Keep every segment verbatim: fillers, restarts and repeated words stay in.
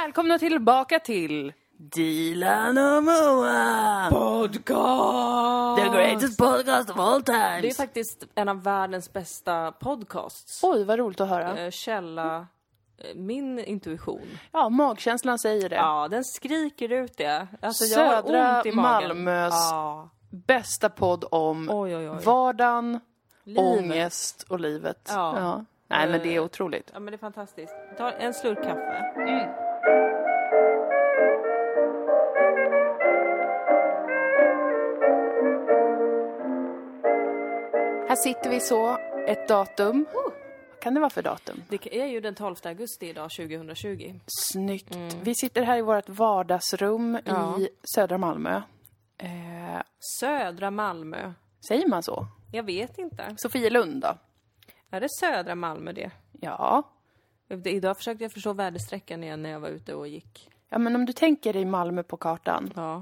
Välkomna tillbaka till Dilan och Moa Podcast! The greatest podcast of all times. Det är faktiskt en av världens bästa podcasts. Oj, vad roligt att höra. Eh, Källa, eh, min intuition. Ja, magkänslan säger det. Ja, den skriker ut det. Alltså, jag Södra har ont i magen. Malmös Ja. bästa podd om Oj, oj, oj. vardagen, Livet. ångest och livet. Ja. Nej, men det är otroligt. Ja, men det är fantastiskt. Ta en slurk kaffe. Mm. Här sitter vi så, ett datum. Oh. Vad kan det vara för datum? Det är ju den tolfte augusti idag, tjugohundratjugo. Snyggt. Mm. Vi sitter här i vårt vardagsrum Ja. i södra Malmö. Eh, Södra Malmö. säger man så? Jag vet inte. Sofielund då? Är det södra Malmö det? Ja. Det- Idag försökte jag förstå vädersträckan igen när jag var ute och gick. Ja, men om du tänker dig Malmö på kartan. Ja.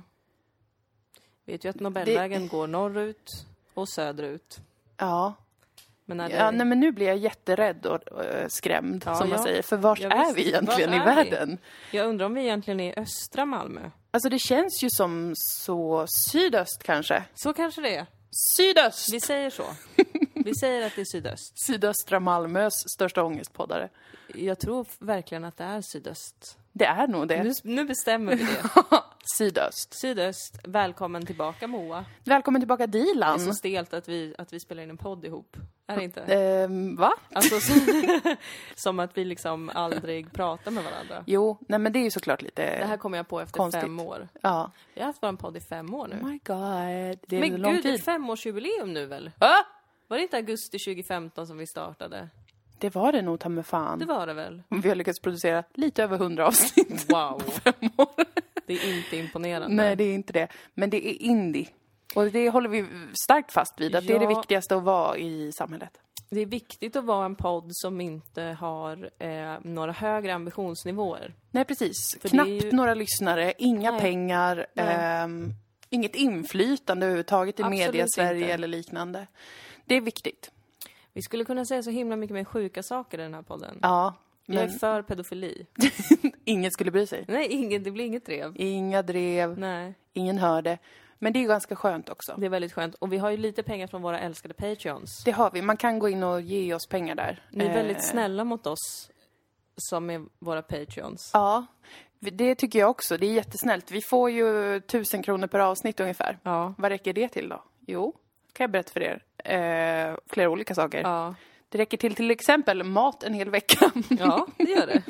Vet ju att Nobelvägen det... går norrut och söderut. Ja. Men är det... Ja, nej, men nu blir jag jätterädd och, och skrämd, Ja, som man ja. säger. För vart Ja, är visst. vi egentligen Vart i är världen? vi? Jag undrar om vi egentligen är i östra Malmö. Alltså det känns ju som så sydöst kanske. Så kanske det är. Sydöst! Vi säger så. Vi säger att det är sydöst. Sydöstra Malmös största ångestpoddare. Jag tror verkligen att det är sydöst. Det är nog det. Nu, nu bestämmer vi det. Sydöst. Sydöst. Välkommen tillbaka, Moa. Välkommen tillbaka, Det är Dilan. så stelt att vi, att vi spelar in en podd ihop. Är det inte? Ehm, va? Alltså, så, som att vi liksom aldrig pratar med varandra. Jo, nej men det är ju såklart lite... Det här kommer jag på efter konstigt. fem år. Ja. Vi har haft vår podd i fem år nu. Oh my god, det är Men en lång gud, tid. ett femårsjubileum nu väl? Ah! Var det inte augusti tjugofemton som vi startade? Det var det nog, ta med fan. Det var det väl? Vi har lyckats producera lite över hundra avsnitt. Wow. Fem år. Det är inte imponerande. Nej, det är inte det. Men det är indie. Och det håller vi starkt fast vid. Att Ja. det är det viktigaste att vara i samhället. Det är viktigt att vara en podd som inte har eh, några högre ambitionsnivåer. Nej, precis. För Knappt det är ju- några lyssnare, inga Nej. pengar, Nej. ehm, inget inflytande överhuvudtaget i Absolut media-Sverige inte. eller liknande. Det är viktigt. Vi skulle kunna säga så himla mycket mer sjuka saker i den här podden. Ja, Jag är men för pedofili. ingen skulle bry sig. Nej, ingen, det blir inget drev. Inga drev, Nej, ingen hörde. Men det är ju ganska skönt också. det är väldigt skönt. Och vi har ju lite pengar från våra älskade Patreons. Det har vi. Man kan gå in och ge oss pengar där. Ni är väldigt Eh, snälla mot oss som är våra Patreons. Ja, det tycker jag också. Det är jättesnällt. Vi får ju tusen kronor per avsnitt ungefär. Ja. Vad räcker det till då? Jo, kan jag berätta för er. Eh, flera olika saker. Ja. Det räcker till till exempel mat en hel vecka. Ja, det gör det.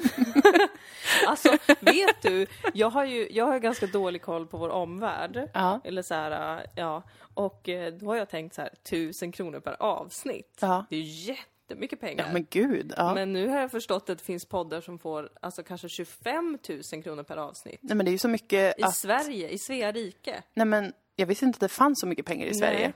Alltså, vet du, jag har ju jag har ganska dålig koll på vår omvärld. Ja. Eller så här, ja. Och eh, då har jag tänkt så här, tusen kronor per avsnitt. Ja. Det är ju jättemycket pengar. Ja, men gud. Ja. Men nu har jag förstått att det finns poddar som får alltså kanske tjugofem tusen kronor per avsnitt. Nej, men det är ju så mycket I att... Sverige, i Svea rike. Nej, men jag visste inte att det fanns så mycket pengar i Sverige.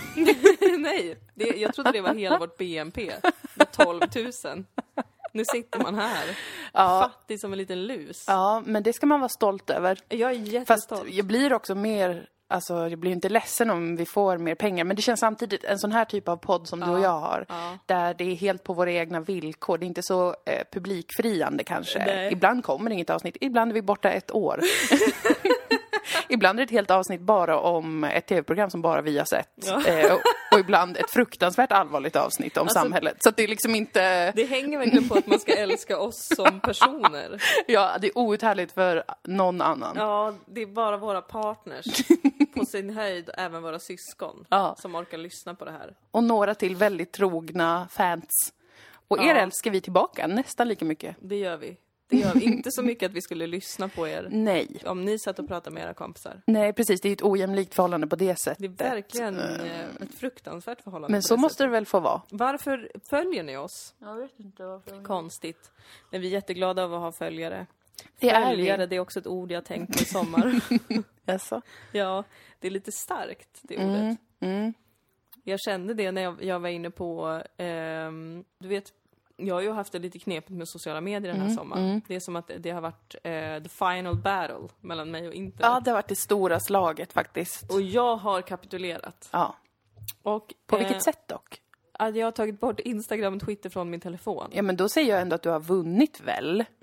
Nej, det, jag trodde det var hela vårt B N P. Med tolv tusen. Nu sitter man här. Ja. Fattig som en liten lus. Ja, men det ska man vara stolt över. Jag är Fast jättestolt. jag blir också mer... Alltså, jag blir inte ledsen om vi får mer pengar. Men det känns samtidigt en sån här typ av podd som du och jag har. Ja. Där det är helt på våra egna villkor. Det är inte så eh, publikfriande kanske. Nej. Ibland kommer det inget avsnitt. Ibland är vi borta ett år. Ibland är det ett helt avsnitt bara om ett tv-program som bara vi har sett. Ja. Eh, och, och ibland ett fruktansvärt allvarligt avsnitt om Alltså, samhället. Så att det är liksom inte... Det hänger verkligen på att man ska älska oss som personer. Ja, det är outhärdligt för någon annan. Ja, det är bara våra partners. På sin höjd även våra syskon. Ja. Som orkar lyssna på det här. Och några till väldigt trogna fans. Och er Ja. älskar vi tillbaka nästan lika mycket. Det gör vi. Det gör vi. Inte så mycket att vi skulle lyssna på er. Nej. Om ni satt och pratade med era kompisar. Nej, precis. Det är ju ett ojämlikt förhållande på det sättet. Det är verkligen eh, ett fruktansvärt förhållande. Men på så det måste sättet. det väl få vara? Varför följer ni oss? Jag vet inte varför. Konstigt. Men vi är jätteglada av att ha följare. Det är Följare, vi. det är också ett ord jag tänkt på i sommar. Jaså? Ja, det är lite starkt, det ordet. Mm, mm. Jag kände det när jag, jag var inne på, ehm, du vet, jag har ju haft det lite knepigt med sociala medier den här Mm, sommaren. mm. Det är som att det har varit eh, the final battle mellan mig och internet. Ja, det har varit det stora slaget faktiskt. Och jag har kapitulerat. Ja. Och, På eh, vilket sätt dock? att jag har tagit bort Instagram och Twitter från min telefon. Ja, men då säger jag ändå att du har vunnit väl?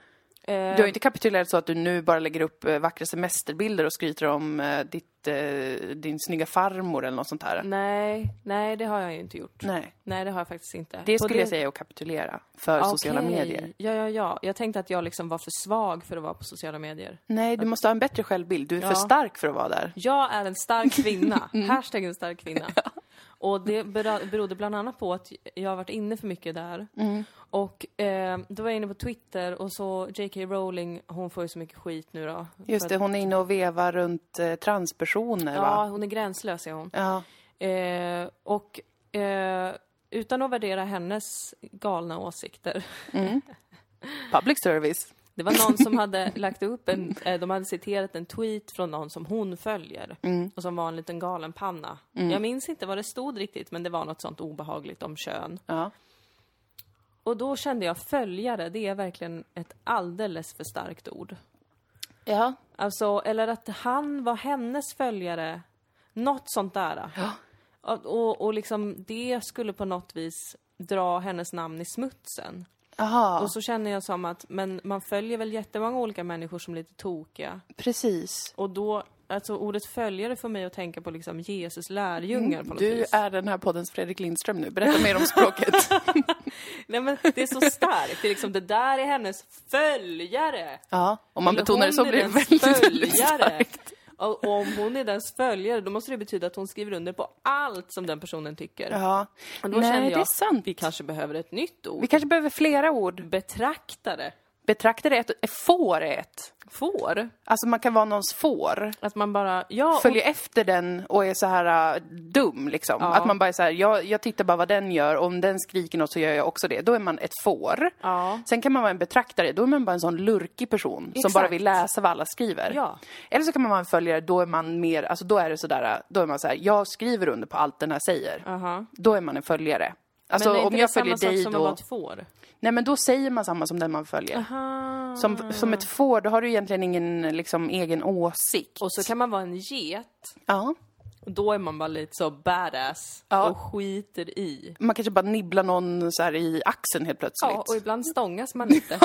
Du har ju inte kapitulerat så att du nu bara lägger upp eh, vackra semesterbilder och skryter om eh, ditt, eh, din snygga farmor eller något sånt här. Nej, nej, det har jag ju inte gjort. Nej. Nej, det har jag faktiskt inte. Det På skulle det... jag säga är att kapitulera för Okej. sociala medier. Ja, ja, ja. Jag tänkte att jag liksom var för svag för att vara på sociala medier. Nej, du måste ha en bättre självbild. Du är Ja. för stark för att vara där. Jag är en stark kvinna. Hashtag en stark kvinna. Ja. Och det berodde bland annat på att jag har varit inne för mycket där. Mm. Och eh, då var jag inne på Twitter och så J K Rowling, hon får ju så mycket skit nu då. Just det, hon är inne och vevar runt eh, transpersoner, Ja, va? hon är gränslös, är hon. Ja. Eh, och eh, utan att värdera hennes galna åsikter. Mm. Public service. Det var någon som hade lagt upp en, eh, de hade citerat en tweet från någon som hon följer. Mm. Och som var en liten galen panna. Mm. Jag minns inte vad det stod riktigt, men det var något sånt obehagligt om kön. Ja. Och då kände jag följare, det är verkligen ett alldeles för starkt ord. Ja. Alltså, eller att han var hennes följare. Något sånt där. Ja. Och, och, och liksom det skulle på något vis dra hennes namn i smutsen. Aha. Och så känner jag som att, men man följer väl jättemånga olika människor som är lite tokiga. Precis. Och då, alltså ordet följare får mig att tänka på liksom Jesus lärjungar på något Du vis. är den här poddens Fredrik Lindström nu. Berätta mer om språket. Nej, men det är så starkt. Det är liksom, det där är hennes följare. Ja, om man Eller betonar det så hon är blir det dens väldigt, väldigt följare. starkt. Och om hon är dens följare, då måste det betyda att hon skriver under på allt som den personen tycker. Ja. Och då Nej, känner jag det är sant. vi kanske behöver ett nytt ord. Vi kanske behöver flera ord. Betraktare. Betraktare är ett, får är ett. Får. Alltså man kan vara någons får. Att man bara, ja. Följer efter den och är så här uh, dum liksom. Ja. Att man bara är så här, jag, jag tittar bara vad den gör. Och om den skriker något så gör jag också det. Då är man ett får. Ja. Sen kan man vara en betraktare. Då är man bara en sån lurkig person. Exakt. Som bara vill läsa vad alla skriver. Ja. Eller så kan man vara en följare. Då är man mer, alltså då är det sådär. Då är man så här, jag skriver under på allt den här säger. Aha. Då är man en följare. Alltså men är inte om det jag samma följer sak dig som då. att vara ett får? Nej, men då säger man samma som den man följer. Aha. Som, som ett får, då har du egentligen ingen liksom, egen åsikt. Och så kan man vara en get. Ja. Och då är man bara lite så badass. Ja. Och skiter i. Man kanske bara nibblar någon så här i axeln helt plötsligt. Ja, och ibland stångas man lite.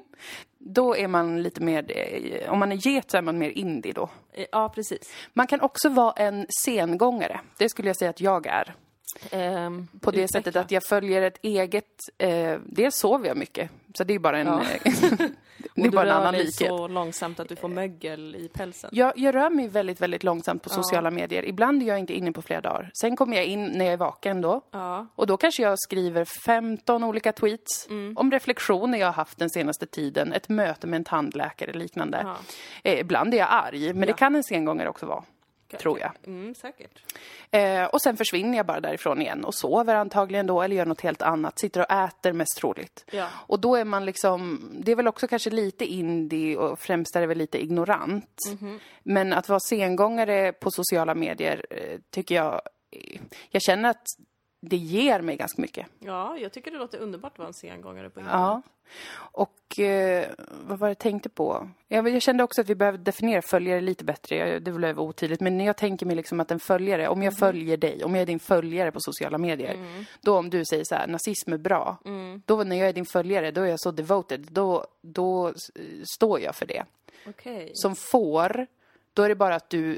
Då är man lite mer, eh, om man är get så är man mer indie då. Ja, precis. Man kan också vara en sengångare. Det skulle jag säga att jag är. Ehm, På det utveckla. sättet att jag följer ett eget, eh, dels sover jag mycket. Så det är bara en, Ja. det är och du bara en rör annan dig likhet. så långsamt att du får mögel i pälsen. Jag, jag rör mig väldigt, väldigt långsamt på Ja. sociala medier. Ibland är jag inte inne på flera dagar. Sen kommer jag in när jag är vaken då. Ja. Och då kanske jag skriver femton olika tweets Mm. om reflektioner jag har haft den senaste tiden. Ett möte med en tandläkare eller liknande. Ja. Eh, ibland är jag arg, men Ja. det kan en sengångare också vara. Tror jag. Mm, säkert. Eh, och sen försvinner jag bara därifrån igen och sover antagligen då eller gör något helt annat. Sitter och äter mest troligt. Ja. Och då är man liksom, det är väl också kanske lite indie och främst är det väl lite ignorant. Mhm. Men att vara sengångare på sociala medier eh, tycker jag, eh, jag känner att det ger mig ganska mycket. Ja, jag tycker det låter underbart att vara en sengångare på internet. Ja. Och eh, vad var det jag tänkte på? Jag, jag kände också att vi behöver definiera följare lite bättre. Jag, det blev otydligt. Men när jag tänker mig liksom att en följare, om jag Mm. följer dig, om jag är din följare på sociala medier. Mm. Då om du säger så här, nazism är bra. Mm. Då när jag är din följare, då är jag så devoted. Då, då eh, står jag för det. Okej. Som får, då är det bara att du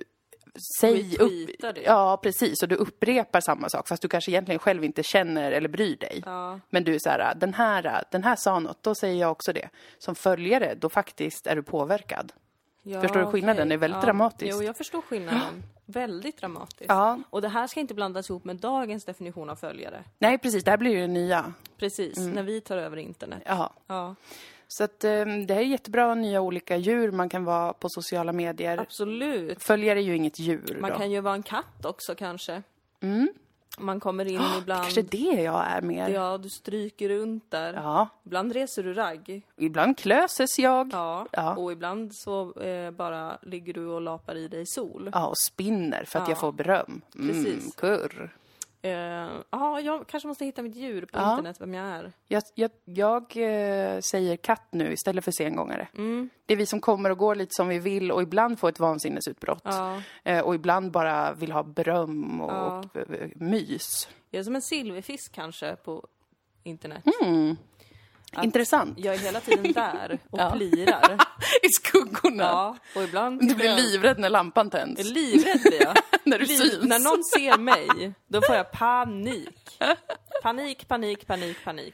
säger upp... Retweetar det. Ja, precis. Och du upprepar samma sak. Fast du kanske egentligen själv inte känner eller bryr dig. Ja. Men du är så här, den här, den här sa något, då säger jag också det. Som följare, då faktiskt är du påverkad. Ja, Förstår du skillnaden? okej. Det är väldigt Ja. dramatiskt. Jo, jag förstår skillnaden. Väldigt dramatiskt. Ja. Och det här ska inte blandas ihop med dagens definition av följare. Nej, precis. Det här blir ju det nya. Precis, Mm. när vi tar över internet. Ja. Ja, Så att eh, det här är jättebra nya olika djur man kan vara på sociala medier. absolut. Följare är ju inget djur Man då. kan ju vara en katt också kanske. Mm. Man kommer in ibland. Kanske det jag är mer. Ja, du stryker runt där. Ja. Ibland reser du ragg. Ibland klöses jag. Ja. Ja. Och ibland så eh, bara ligger du och lapar i dig sol. Ja, och spinner för att Ja. jag får beröm. Mm, Precis. kurr. Eh, ja, jag kanske måste hitta mitt djur på Ja. internet, vem jag är. Jag, jag, jag eh, säger katt nu istället för sengångare. Mm. Det är vi som kommer och går lite som vi vill och ibland får ett vansinnesutbrott. Ja. Eh, och ibland bara vill ha beröm och, Ja. och eh, mys. Jag är som en silverfisk kanske på internet. Mm. Intressant. Jag är hela tiden där och Ja. plirar. I skuggorna. Ja, och ibland... Du blir jag... livrädd när lampan tänds. Livrädd blir jag. När du Liv... syns. När någon ser mig, då får jag panik. Panik, panik, panik, panik.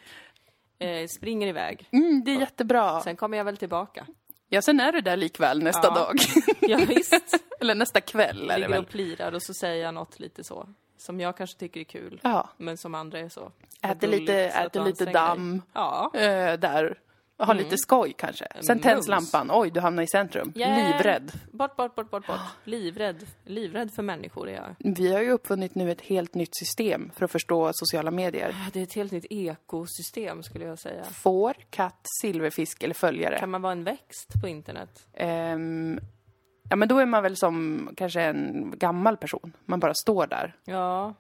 Eh, springer iväg. Mm, det är jättebra. Sen kommer jag väl tillbaka. Ja, sen är du där likväl nästa Ja. dag. Ja, visst. Eller nästa kväll är det Ligger väl. och plirar och så säger jag något lite så. Som jag kanske tycker är kul. Ja. Men som andra är så. Äter gulligt, lite, så att äter du lite anstränger dig. damm. Ja. Eh, där. Och har lite skoj kanske. Sen tänds Mums. lampan. Oj, du hamnar i centrum. Yeah. Livrädd. Bort, bort, bort, bort, bort. Livrädd. Livrädd för människor är jag. Vi har ju uppfunnit nu ett helt nytt system för att förstå sociala medier. Det är ett helt nytt ekosystem skulle jag säga. Får, katt, silverfisk eller följare. Kan man vara en växt på internet? Ehm, ja, men då är man väl som kanske en gammal person. Man bara står där. Ja.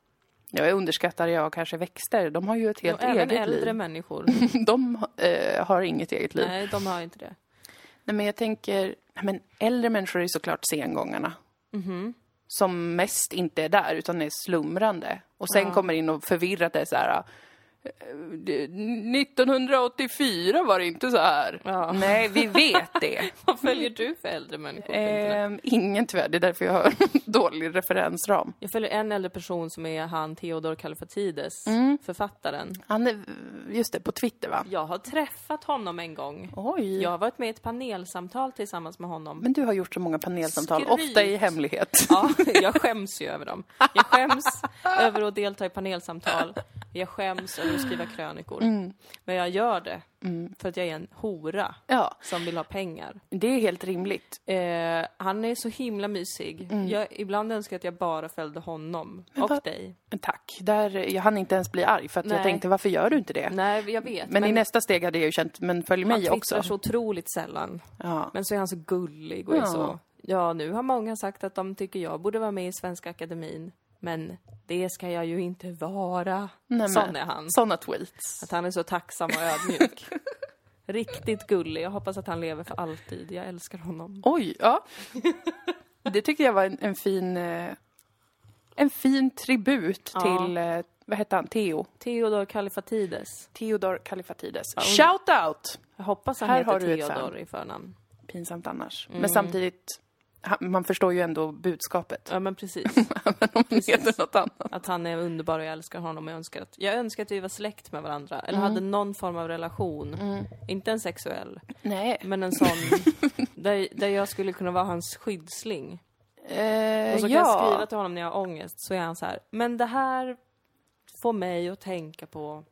Jag underskattar jag kanske växter. De har ju ett helt Och även eget äldre liv. människor. De eh, har inget eget liv. Nej. Nej, de har inte det. Men jag tänker, nej, men äldre människor är såklart sengångarna. Mhm. Som mest inte är där utan är slumrande. Och sen Ja. kommer in och förvirrat är så här. eh, det- nittonhundraåttiofyra var det inte så här. Ja. Nej, vi vet det. Vad följer du för äldre människor på internet? Ehm, ingen tyvärr, det är därför jag har dålig referensram. Jag följer en äldre person som är han Theodor Kallifatides, Mm. författaren. Han är, just det, på Twitter va? Jag har träffat honom en gång. Oj. Jag har varit med i ett panelsamtal tillsammans med honom. Men du har gjort så många panelsamtal, Skryt. ofta i hemlighet. Ja, jag skäms ju över dem. Jag skäms över att delta i panelsamtal. Jag skäms över att skriva krönikor. Mm. Men jag gör det för att jag är en hora Ja, som vill ha pengar. det är helt rimligt. Eh, han är så himla mysig. Mm. Jag, ibland önskar jag att jag bara följde honom och vad- dig. Tack. Där, jag hann inte ens bli arg för att jag Nej. tänkte, varför gör du inte det? Nej, jag vet. Men, i nästa steg hade jag ju känt, men följ han mig twittrar också. så otroligt sällan. Ja. Men så är han så gullig och är Ja. så... Ja, nu har många sagt att de tycker jag borde vara med i Svenska Akademin. Men det ska jag ju inte vara. Nej, Sån men, är han. Såna tweets. Att han är så tacksam och ödmjuk. Riktigt gullig. Jag hoppas att han lever för alltid. Jag älskar honom. Oj, ja. Det tyckte jag var en, en fin... eh, En fin tribut Ja. till, eh, vad hette han, Theo? Theodor Kallifatides. Theodor Kallifatides. Ja, och- Shout out! Jag hoppas han Här heter har du ett Theodor fan. i förnamn. Pinsamt annars. Mm. Men samtidigt, ha- man förstår ju ändå budskapet. Ja, men precis. Även om det heter något annat. Att han är underbar och jag älskar honom. Jag önskar att, jag önskar att vi var släkt med varandra. Eller Mm. hade någon form av relation. Inte en sexuell. Nej. Men en sån där, där jag skulle kunna vara hans skyddsling. Eh, Och så kan ja. jag skriva till honom när jag har ångest. Så är han så här. Men det här får mig att tänka på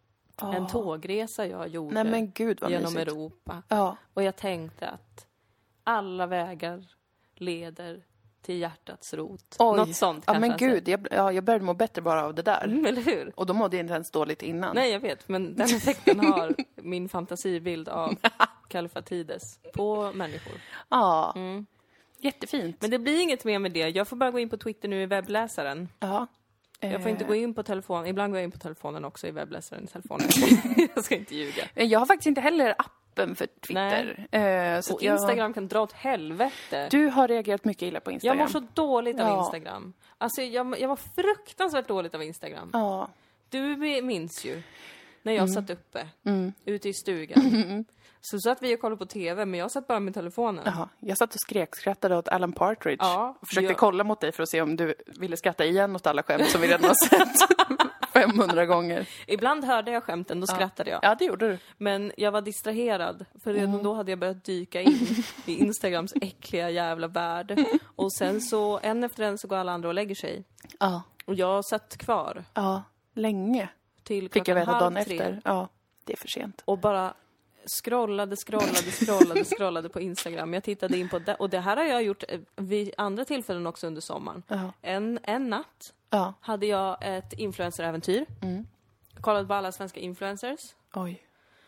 en Åh. tågresa jag gjorde Nej men gud vad genom mysigt. Europa. Ja. Och jag tänkte att alla vägar leder till hjärtats rot. Oj. Något sånt Ja kanske men han säger. gud, jag, ja, jag började må bättre bara av det där. Mm, eller hur? Och då mådde jag inte ens dåligt innan. Nej, jag vet. Men den effekten har min fantasibild av Kallifatides på människor. Ja, Mm. jättefint. Men det blir inget mer med det. Jag får bara gå in på Twitter nu i webbläsaren. Ja. Jag får inte gå in på telefon. Ibland går jag in på telefonen också i webbläsaren i telefonen. Jag ska inte ljuga. Eh, Jag har faktiskt inte heller appen för Twitter. Eh, så Och att jag... Instagram kan dra åt helvete. Du har reagerat mycket illa på Jag Instagram. mår så dåligt av Ja. Instagram. Alltså, jag, jag var fruktansvärt dåligt av Instagram. Ja. Du minns ju när jag satt uppe Mm. ute i stugan. Så satt vi och kollade på tv, men jag satt bara med telefonen. Jaha. Jag satt och skrekskrattade åt Alan Partridge. Ja, och försökte jag- kolla mot dig för att se om du ville skratta igen åt alla skämt som vi redan har sett femhundra gånger. Ibland hörde jag skämten, då skrattade jag. Ja, det gjorde du. Men jag var distraherad, för redan då hade jag börjat dyka in i Instagrams äckliga jävla värld. Och sen så, en efter en så går alla andra och lägger sig. Ja. Och jag satt kvar Ja, länge. till Fick jag klockan veta dagen halv tre. efter. Ja, det är för sent. Och bara scrollade, scrollade, scrollade, scrollade på Instagram. Jag tittade in på det. Och det här har jag gjort eh, vid andra tillfällen också under sommaren. Ja. En, en natt Ja. hade jag ett influenceräventyr. Mm. Jag kollade på alla svenska influencers. Oj.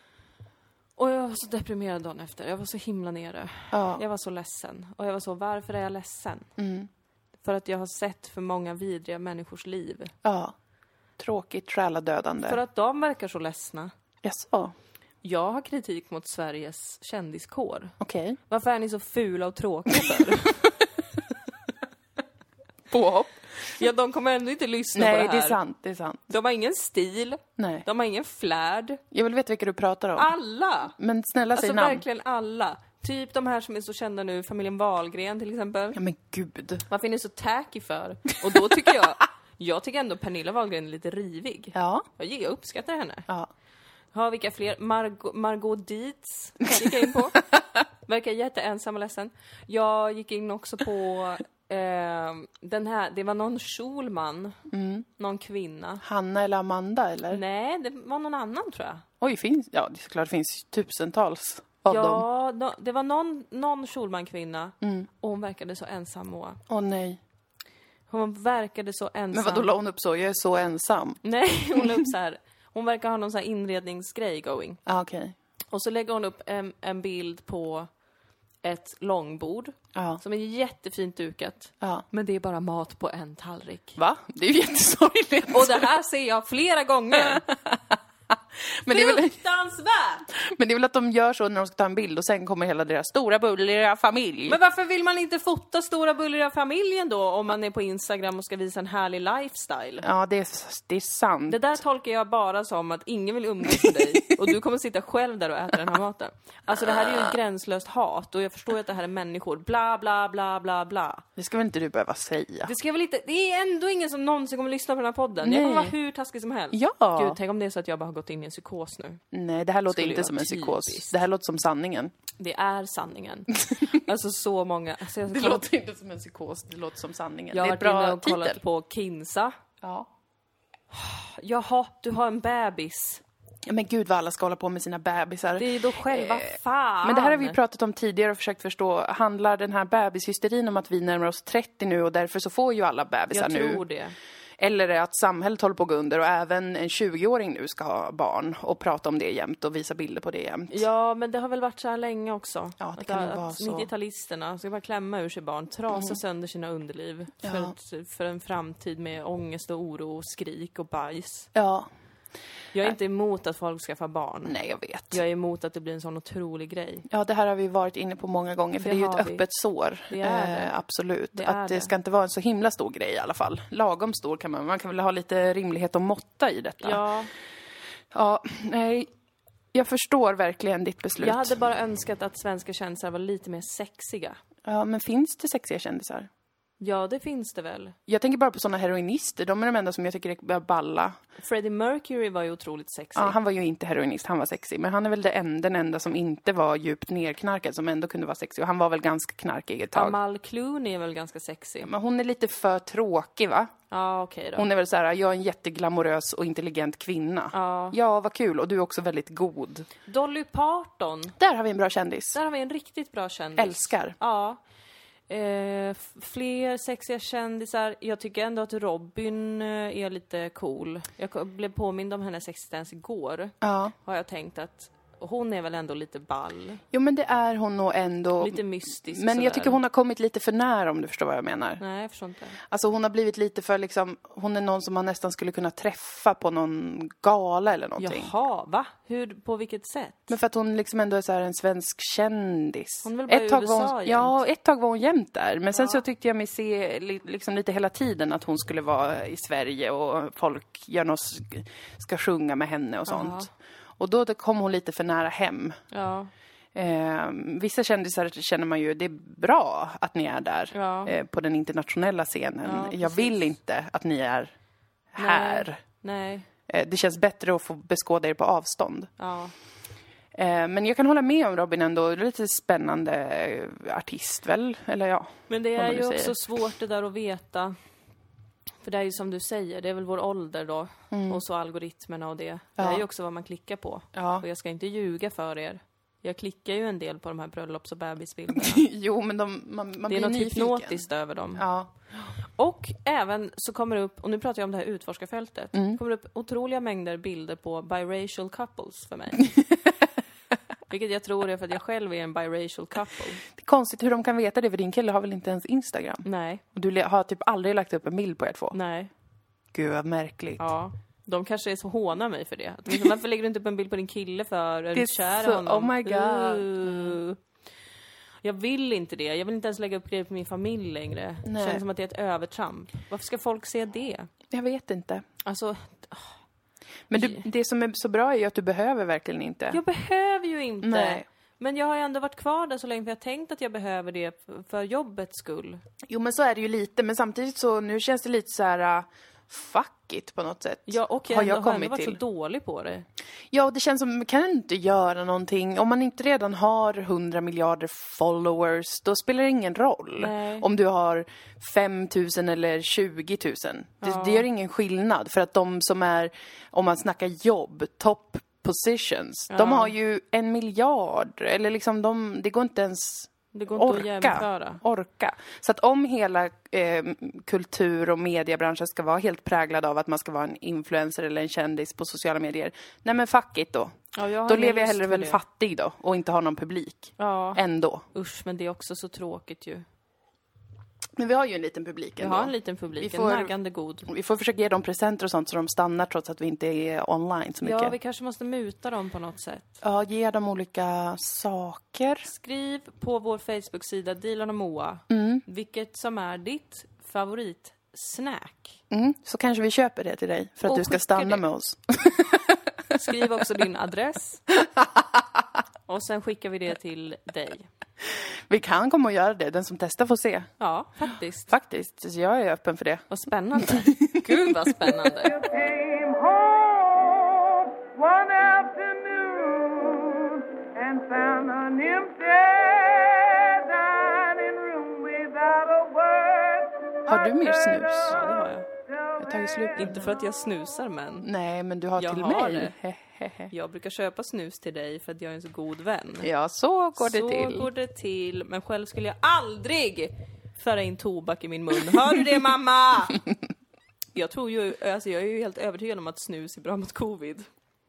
Och jag var så deprimerad dagen efter. Jag var så himla nere. Ja. Jag var så ledsen. Och jag var så, varför är jag ledsen? Mm. För att jag har sett för många vidriga människors liv. Ja. Tråkigt, själadödande. För att de verkar så ledsna. Jaså? Jag har kritik mot Sveriges kändiskår. Okej. Varför är ni så fula och tråkiga för? påhopp. Ja, de kommer ändå inte lyssna Nej, på det här. det är sant, det är sant. De har ingen stil. Nej. De har ingen flärd. Jag vill veta vilka du pratar om. Alla! Men snälla, säg Alltså namn. verkligen alla. Typ de här som är så kända nu, familjen Wahlgren till exempel. Ja, men gud. Varför är ni så tacky för? Och då tycker jag, jag tycker ändå Pernilla Wahlgren är lite rivig. Ja. Jag, jag uppskattar henne. Ja. Har vilka fler? Margot, Margot Dietz gick jag in på. Verkar jätteensam och ledsen. Jag gick in också på eh, den här, det var någon Schulman, mm. någon kvinna. Hanna eller Amanda, eller? Nej, det var någon annan tror jag. Oj, finns, ja, det är klart det finns tusentals av dem. Ja, no, det var någon, någon Schulman-kvinna mm. och hon verkade så ensam, Moa. Åh nej. Hon verkade så ensam. Men vadå la hon upp så? Jag är så ensam. Nej, hon la upp så här. Hon verkar ha någon så här inredningsgrej going. Ah, okej. Okay. Och så lägger hon upp en, en bild på ett långbord ah. som är jättefint dukat. Ah. Men det är bara mat på en tallrik. Va? Det är ju jättesorgligt. Och det här ser jag flera gånger. Men det, är väl, fruktansvärt! men det är väl att de gör så när de ska ta en bild och sen kommer hela deras stora bullriga familj. Men varför vill man inte fota stora bullriga familjen då om man är på Instagram och ska visa en härlig lifestyle? Ja, det är, det är sant. Det där tolkar jag bara som att ingen vill umgås med dig och du kommer sitta själv där och äta den här maten. Alltså det här är ju ett gränslöst hat och jag förstår ju att det här är människor. Bla, bla, bla, bla, bla. Det ska väl inte du behöva säga? Det ska väl inte, det är ändå ingen som någonsin kommer lyssna på den här podden. Nej. Jag kommer vara hur taskig som helst. Ja. Gud, tänk om det är så att jag bara har gått in i en psykos nu. Nej, det här låter Skulle inte vara som en psykos. typiskt. Det här låter som sanningen. Det är sanningen. Alltså så många. Alltså, jag Det kollat, låter inte som en psykos, det låter som sanningen. jag Det har är ett varit inne bra och kollat titel. på Kinsa. Ja. Jaha, du har en bebis. Ja, men gud vad alla ska hålla på med sina bebisar. Det är ju då själva fan. Men det här har vi pratat om tidigare och försökt förstå. Handlar den här bebishysterin om att vi närmar oss trettio nu och därför så får ju alla bebisar Jag nu? tror det. Eller är att samhället håller på att gå under och även en tjugoåring nu ska ha barn och prata om det jämt och visa bilder på det jämt? Ja, men det har väl varit så här länge också. Ja, det att, kan nog att vara så. nittio-talisterna ska bara klämma ur sig barn, trasa mm. sönder sina underliv Ja. för, ett, för en framtid med ångest och oro och skrik och bajs. Ja. Jag är inte emot att folk skaffar barn. Nej, jag vet. Jag är emot att det blir en sån otrolig grej. Ja, det här har vi varit inne på många gånger för Det det, är ju har ett vi. öppet sår. Det är det. Eh, absolut. Det att är det det. ska inte vara en så himla stor grej i alla fall. Lagom stor kan man. Man kan väl ha lite rimlighet och måtta i detta. Ja, Ja, nej. Jag förstår verkligen ditt beslut. jag hade bara önskat att svenska kändisar var lite mer sexiga. Ja, men finns det sexiga kändisar? Ja, det finns det väl. Jag tänker bara på såna heroinister. De är de enda som jag tycker är balla. Freddie Mercury var ju otroligt sexig. Ja, han var ju inte heroinist, han var sexig. Men han är väl det enda, den enda som inte var djupt nerknarkad, som ändå kunde vara sexig. Och han var väl ganska knarkig ett tag. Amal Clooney är väl ganska sexig. Men hon är lite för tråkig, va? Ja, okej då. Hon är väl så här, jag är en jätteglamorös och intelligent kvinna. Ja. Ja, vad kul. Och du är också väldigt god. Dolly Parton. Där har vi en bra kändis. Där har vi en riktigt bra kändis. Älskar. Ja. Eh, f- fler sexiga kändisar. Jag tycker ändå att Robin eh, är lite cool. Jag ko- blev påmind om hennes existens igår. Ja. Har jag tänkt att hon är väl ändå lite ball. Jo, men det är hon nog ändå. Lite mystisk. Men sådär. jag tycker hon har kommit lite för nära, om du förstår vad jag menar. Nej, jag förstår inte. Alltså hon har blivit lite för liksom, hon är någon som man nästan skulle kunna träffa på någon gala eller någonting. Jaha, va? Hur, på vilket sätt? Men för att hon liksom ändå är så här en svensk kändis. Hon är väl bara i ett tag U S A var hon, jämt? Ja, ett tag var hon jämt där. Men sen Ja. så tyckte jag mig se li, liksom lite hela tiden att hon skulle vara i Sverige och folk gör något, ska sjunga med henne och sånt. Aha. Och då kom hon lite för nära hem. Ja. Eh, vissa kändisar känner man ju, det är bra att ni är där Ja. eh, på den internationella scenen. Ja, jag precis. vill inte att ni är här. Nej. Eh, det känns bättre att få beskåda er på avstånd. Ja. Eh, men jag kan hålla med om Robin ändå. Det är lite spännande eh, artist väl? Eller ja. Men det vad är man ju nu också säger. svårt det där att veta. För det är ju som du säger, det är väl vår ålder då. Och så algoritmerna och det. Det Ja. är ju också vad man klickar på. Ja. Och jag ska inte ljuga för er. Jag klickar ju en del på de här bröllops- och bebisbilderna. Jo, men de, man, man Det är blir något nyfiken. hypnotiskt över dem. Ja. Och även så kommer det upp, och nu pratar jag om det här utforskarfältet, Mm. kommer det upp otroliga mängder bilder på biracial couples för mig. Vilket jag tror är för att jag själv är en biracial couple. Det är konstigt hur de kan veta det, för din kille har väl inte ens Instagram? Nej, Och du le- har typ aldrig lagt upp en bild på er två? nej, Gud, vad märkligt. ja. De kanske är så hånar mig för det. Att liksom, varför lägger du inte upp en bild på din kille för? Är Det du är kär i så- honom? oh my God. Uh. Jag vill inte det. Jag vill inte ens lägga upp grejer på min familj längre. Det Nej. känns som att det är ett övertramp. Varför ska folk se det? Jag vet inte. Alltså, Men du, det som är så bra är ju att du behöver verkligen inte. jag behöver ju inte. Nej. Men jag har ju ändå varit kvar där så länge för jag har tänkt att jag behöver det för- för jobbets skull. Jo, men så är det ju lite. Men samtidigt så, nu känns det lite så här... Uh, fuck it på något sätt. Ja, och jag, har ändå, jag har ändå kommit varit till. så dålig på det. Ja, det känns som, kan du inte göra någonting? Om man inte redan har hundra miljarder followers, då spelar det ingen roll. Nej. Om du har fem tusen eller tjugo tusen. Det, Ja. det gör ingen skillnad. För att de som är, om man snackar jobb, top positions, de har ju en miljard. Eller liksom, de, det går inte ens... Det går inte att Orka, jämföra. orka. Så att om hela eh, kultur- och mediebranschen ska vara helt präglad av att man ska vara en influencer eller en kändis på sociala medier. Nej, men fuck it då. Ja, jag har Då ingen lever jag lust hellre för väl det. fattig då och inte har någon publik. Ja, Ändå. usch, men det är också så tråkigt ju. Men vi har ju en liten publik Vi ändå. har en liten publik, Vi får- en naggande god. Vi får försöka ge dem presenter och sånt så de stannar trots att vi inte är online så mycket. Ja, vi kanske måste muta dem på något sätt. Ja, ge dem olika saker. Skriv på vår Facebook-sida Dilan och Moa Mm. vilket som är ditt favoritsnack. Mm, så kanske vi köper det till dig för att Och du ska skickar stanna det. med oss. Skriv också din adress. Och sen skickar vi det till dig. Vi kan komma och göra det. Den som testar får se. Ja, faktiskt. Faktiskt. Så jag är öppen för det. Vad spännande. Gud vad spännande. Came home one afternoon and found an empty dining room without a word. Har du mer snus? Ja, det har jag. Jag har tagit slut. Inte för att jag snusar, men Nej, men du har Jag till har mig. det. jag brukar köpa snus till dig för att jag är en så god vän. Ja, så går det Så till. går det till. Men själv skulle jag aldrig föra in tobak i min mun. Hör du det, mamma? Jag tror ju, alltså jag är ju helt övertygad om att snus är bra mot covid.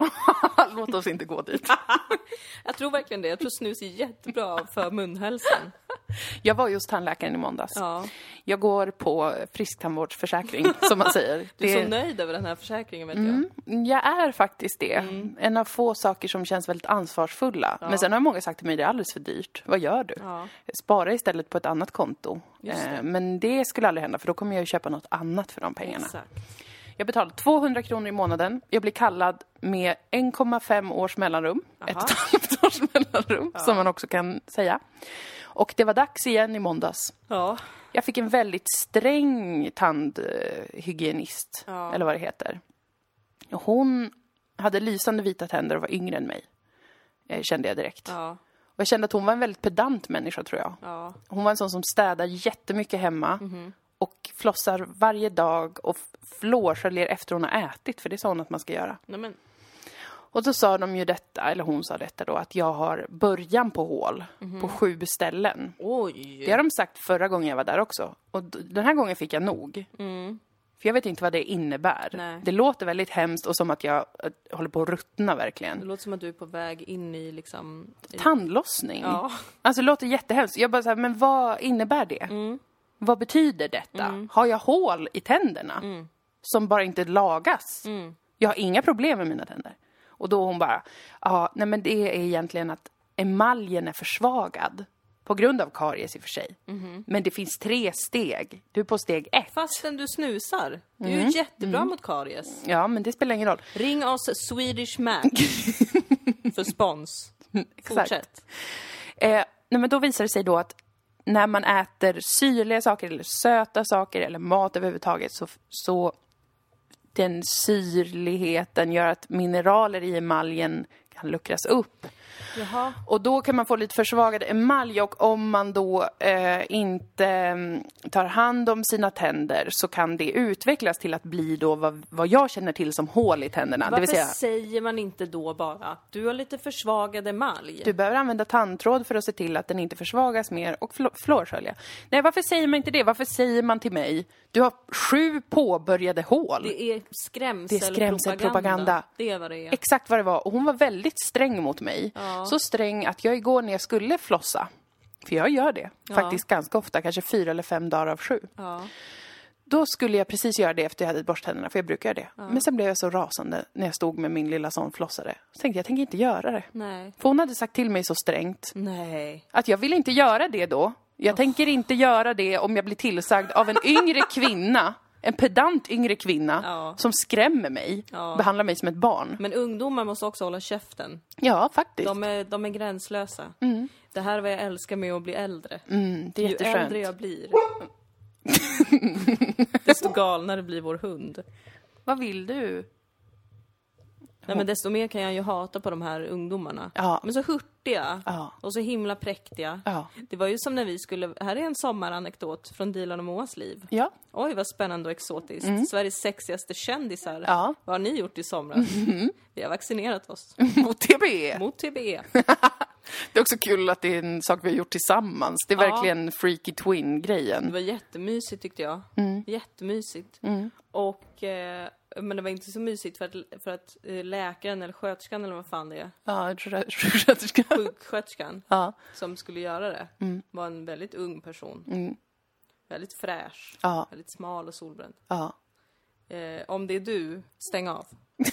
Låt oss inte gå dit. Jag tror verkligen det. Jag tror snus är jättebra för munhälsan. Jag var just tandläkaren i måndags. Ja. Jag går på frisktandvårdsförsäkring, som man säger. Du är Det- så nöjd över den här försäkringen, vet Mm, jag är faktiskt det. Mm. En av få saker som känns väldigt ansvarsfulla. Men sen har många sagt till mig, det är alldeles för dyrt. Vad gör du? Ja. Spara istället på ett annat konto. Just det. Eh, Men det skulle aldrig hända, för då kommer jag ju köpa något annat för de jag. pengarna. Exakt. Jag betalar tvåhundra kronor i månaden. Jag blir kallad med en komma fem års mellanrum. Aha. Ett och ett halvt års mellanrum, som man också kan säga. Och det var dags igen i måndags. Ja. Jag fick en väldigt sträng tandhygienist, Ja. eller vad det heter. Och hon hade lysande vita tänder och var yngre än mig, eh, kände jag direkt. Ja. Och jag kände att hon var en väldigt pedant människa, tror jag. Ja. Hon var en sån som städar jättemycket hemma och flossar varje dag och f- flårsköljer efter hon har ätit, för det sa hon att man ska göra. Nej, men, Och då sa de ju detta, eller hon sa detta då, att jag har början på hål på sju ställen. oj. Det har de sagt förra gången jag var där också. Och d- den här gången fick jag nog. För jag vet inte vad det innebär. Nej. Det låter väldigt hemskt och som att jag äh, håller på att ruttna Det verkligen. låter som att du är på väg in i liksom... I... Tandlossning. Ja. Alltså det låter jättehemskt. Jag bara så här, men vad innebär det? Mm. Vad betyder detta? Har jag hål i tänderna? Mm. Som bara inte lagas? Jag har inga problem med mina tänder. Och då hon bara, ja, nej men det är egentligen att emaljen är försvagad. På grund av karies i och för sig. Mhm. Men det finns tre steg. Du är på steg ett. Fastän du snusar. Det är Mm. ju jättebra mot karies. Ja, men det spelar ingen roll. Ring oss Swedish Mac för spons. Fortsätt. Eh, nej, men då visar det sig då att när man äter syrliga saker eller söta saker eller mat överhuvudtaget så, så den syrligheten gör att mineraler i emaljen kan luckras upp. Jaha. Och då kan man få lite försvagad emalj, och om man då eh, inte mm, tar hand om sina tänder så kan det utvecklas till att bli då vad, vad jag känner till som hål i tänderna. Varför Det vill säga, säger man inte då bara du har lite försvagad emalj? du behöver använda tandtråd för att se till att den inte försvagas mer och fl- flårskölja. Nej, varför säger man inte det? Varför säger man till mig, du har sju påbörjade hål? Det är skrämselpropaganda. Det är skrämselpropaganda. Det är vad det är. Exakt vad det var. Och hon var väldigt sträng mot mig. Ja. Så sträng att jag igår när jag skulle flossa, för jag gör det Ja. faktiskt ganska ofta, kanske fyra eller fem dagar av sju. Ja. Då skulle jag precis göra det efter jag hade borstat tänderna, för jag brukar göra det. Ja. Men sen blev jag så rasande när jag stod med min lilla son flossare. Så tänkte jag, jag tänker inte göra det. Nej. För hon hade sagt till mig så strängt. Nej. Att jag vill inte göra det då. Jag oh. tänker inte göra det om jag blir tillsagd av en yngre kvinna. En pedant yngre kvinna ja. som skrämmer mig. Ja. Behandlar mig som ett barn. Men ungdomar måste också hålla käften. Ja, faktiskt. De är, de är gränslösa. Mm. Det här är vad jag älskar med att bli äldre. Mm, det är Ju jätteskönt. äldre jag blir. Desto galnare blir vår hund. Vad vill du? Nej, men desto mer kan jag ju hata på de här ungdomarna. Ja. Men så hurtiga. Ja. Och så himla präktiga. Ja. Det var ju som när vi skulle... Här är en sommaranekdot från Dilan och Moas liv. Ja. Oj, vad spännande och exotiskt. Mm. Sveriges sexigaste kändisar. Ja. Vad har ni gjort i somras? Mm. Vi har vaccinerat oss. Mot T B E. Mot T B E. Det är också kul att det är en sak vi har gjort tillsammans. Det är ja. verkligen freaky twin-grejen. Det var jättemysigt tyckte jag. Mm. Jättemysigt. Mm. Och, eh, men det var inte så mysigt för att, för att eh, läkaren eller sköterskan eller vad fan det är. Ja, sjuksköterskan. Sjuksköterskan ja. som skulle göra det mm. var en väldigt ung person. Mm. Väldigt fräsch. Ja. Väldigt smal och solbränd. Ja. Eh, om det är du, stäng av.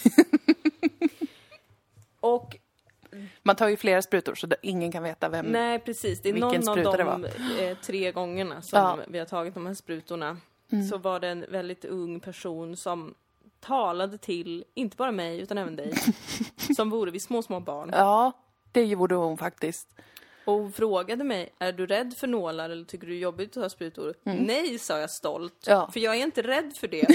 Och man tar ju flera sprutor så ingen kan veta vem. Nej, precis. Det är någon av de eh, tre gångerna som ja. vi har tagit de här sprutorna. Mm. Så var det en väldigt ung person som talade till, inte bara mig utan även dig, som vore vi små, små barn. Ja, det gjorde hon faktiskt. Och hon frågade mig, är du rädd för nålar eller tycker du det är jobbigt att ha sprutor? Mm. Nej, sa jag stolt. Ja. För jag är inte rädd för det.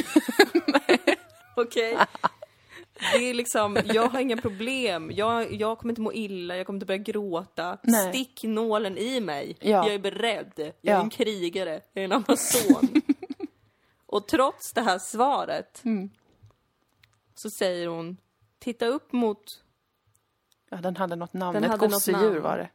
Okej. Okay. Det är liksom, jag har inga problem. Jag, jag kommer inte må illa, jag kommer inte börja gråta. Nej. Stick nålen i mig. Ja. Jag är beredd. Jag ja. är en krigare. Jag är en amazon. Och trots det här svaret mm. så säger hon, titta upp mot... Ja, den hade något namn. Den Ett gosedjur namn. Var det.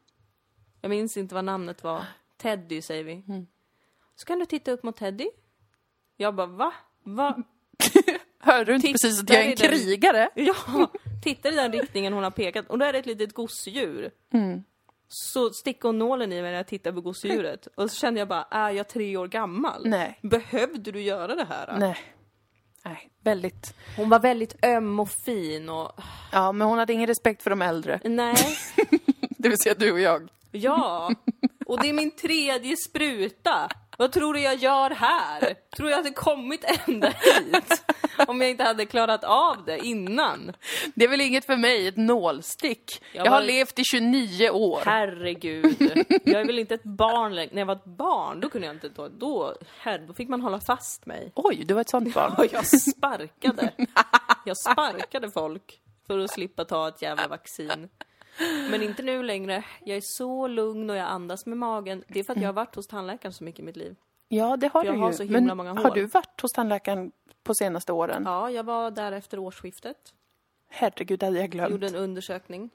Jag minns inte vad namnet var. Teddy säger vi. Mm. Så kan du titta upp mot Teddy. Jag bara, va? Va? Hör du inte titta precis att jag är en krigare? Den... Ja, titta i den riktningen hon har pekat. Och då är det ett litet gosedjur. Mm. Så sticker hon nålen i mig när jag tittar på gosedjuret. Och så kände jag bara, är jag tre år gammal? Nej. Behövde du göra det här? Nej. Nej, väldigt... Hon var väldigt öm och fin och... Ja, men hon hade ingen respekt för de äldre. Nej. Det vill säga du och jag. Ja, och det är min tredje spruta. Vad tror du jag gör här? Tror jag hade kommit ända hit om jag inte hade klarat av det innan? Det är väl inget för mig, ett nålstick. Jag, jag har var... levt i tjugonio år. Herregud. Jag är väl inte ett barn längre. När jag var ett barn, då kunde jag inte då, då, här, då fick man hålla fast mig. Oj, du var ett sånt barn. Ja, jag sparkade. Jag sparkade folk för att slippa ta ett jävla vaccin. Men inte nu längre. Jag är så lugn och jag andas med magen. Det är för att jag har varit hos tandläkaren så mycket i mitt liv. Ja, det har jag du ju. Har så himla Men många hår. Har du varit hos tandläkaren på senaste åren? Ja, jag var där efter årsskiftet. Herregud, hade jag glömt. Gjorde en undersökning.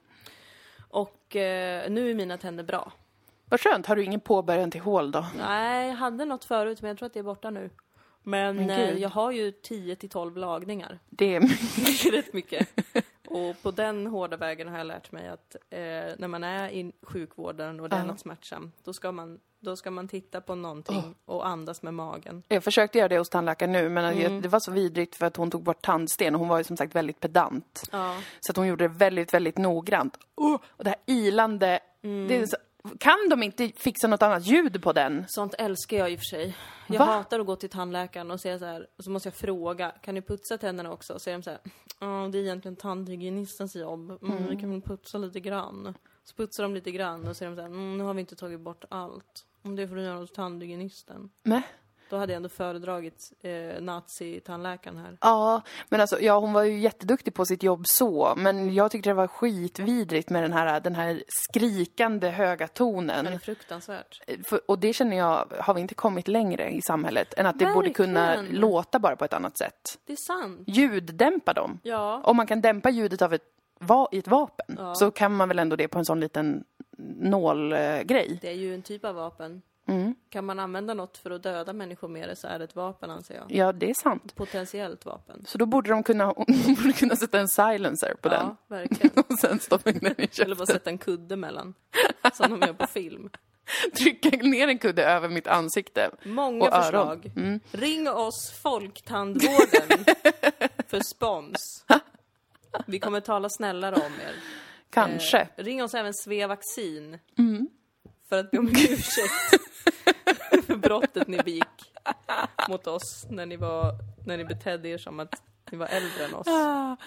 Och eh, nu är mina tänder bra. Vad skönt. Har du ingen påbörjan till hål då? Nej, jag hade något förut men jag tror att det är borta nu. Men, men eh, jag har ju tio till tolv lagningar. Det är mycket. Rätt mycket. Och på den hårda vägen har jag lärt mig att eh, när man är i sjukvården och det är uh-huh. något smärtsamt, då ska man, då ska man titta på någonting oh. och andas med magen. Jag försökte göra det hos tandläkaren nu, men mm. det var så vidrigt för att hon tog bort tandsten och hon var ju som sagt väldigt pedant. Uh. Så att hon gjorde det väldigt, väldigt noggrant. Oh, och det här ilande, mm. det är så, kan de inte fixa något annat ljud på den? Sånt älskar jag i och för sig. Jag Va? hatar att gå till tandläkaren och säga så här, och så måste jag fråga, kan ni putsa tänderna också? Och så säger de så här, ja, det är egentligen tandhygienistens jobb. Mm, mm. Vi kan väl putsa lite grann. Så putsar de lite grann och säger de så här, mm, nu har vi inte tagit bort allt. Om det får du göra hos tandhygienisten. Nej. Då hade jag ändå föredragit eh, nazi-tandläkaren här. Ja, men alltså, ja, hon var ju jätteduktig på sitt jobb så. Men jag tyckte det var skitvidrigt med den här, den här skrikande höga tonen. Det är fruktansvärt. För, och det känner jag, har vi inte kommit längre i samhället än att det Verkligen. Borde kunna låta bara på ett annat sätt. Det är sant. Ljuddämpa dem. Ja. Om man kan dämpa ljudet av ett, va, i ett vapen ja. Så kan man väl ändå det på en sån liten nålgrej. Det är ju en typ av vapen. Mm. Kan man använda något för att döda människor med det så är det ett vapen, anser jag. Ja, det är sant. Potentiellt vapen. Så då borde de kunna, de borde kunna sätta en silencer på ja, den. Ja, verkligen. Och sen stoppa in den i käften. Eller bara sätta en kudde mellan. Som de gör på film. Trycka ner en kudde över mitt ansikte. Många och öron. förslag. Mm. Ring oss Folktandvården för spons. Vi kommer tala snällare om er. Kanske. Eh, ring oss även Svea Vaccin. Mm. För att be om ursäkt för brottet ni begick mot oss när ni, var, när ni betedde er som att ni var äldre än oss. Ah.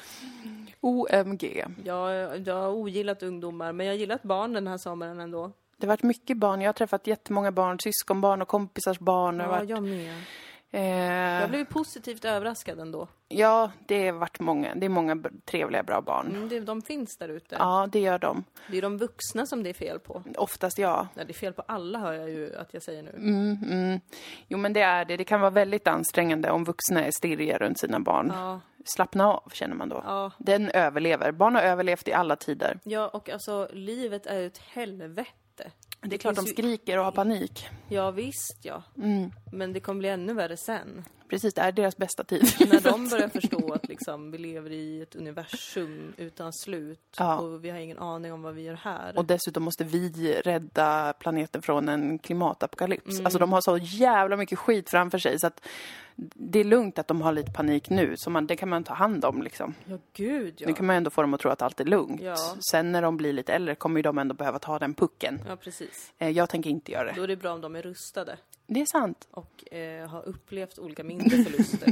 O M G. Jag, jag har ogillat ungdomar, men jag har gillat barn den här sommaren ändå. Det har varit mycket barn. Jag har träffat jättemånga barn. Syskonbarn och kompisars barn. Det har Ja, varit, jag med. eh, Jag blev positivt överraskad ändå. Ja, det har varit många. Det är många b- trevliga, bra barn. Mm, det, de finns där ute. Ja, det gör de. Det är de vuxna som det är fel på. Oftast ja. Nej, det är fel på alla, hör jag ju att jag säger nu. Mm, mm. Jo, men det är det. Det kan vara väldigt ansträngande om vuxna är stirriga runt sina barn. Ja. Slappna av, känner man då. Ja. Den överlever. Barn har överlevt i alla tider. Ja, och alltså, livet är ju ett helvete. Det är klart de finns ju- skriker och har panik. Ja, visst ja. Mm. Men det kommer bli ännu värre sen. Precis, det är deras bästa tid. När de börjar förstå att liksom, vi lever i ett universum utan slut. Ja. Och vi har ingen aning om vad vi gör här. Och dessutom måste vi rädda planeten från en klimatapokalyps. Alltså de har så jävla mycket skit framför sig så att det är lugnt att de har lite panik nu. Så man, det kan man ta hand om liksom. Ja, gud ja. Nu kan man ändå få dem att tro att allt är lugnt. Ja. Sen när de blir lite äldre kommer ju de ändå behöva ta den pucken. Ja, precis. Eh, Jag tänker inte göra det. Då är det bra om de är rustade. Det är sant. Och eh, har upplevt olika mindre förluster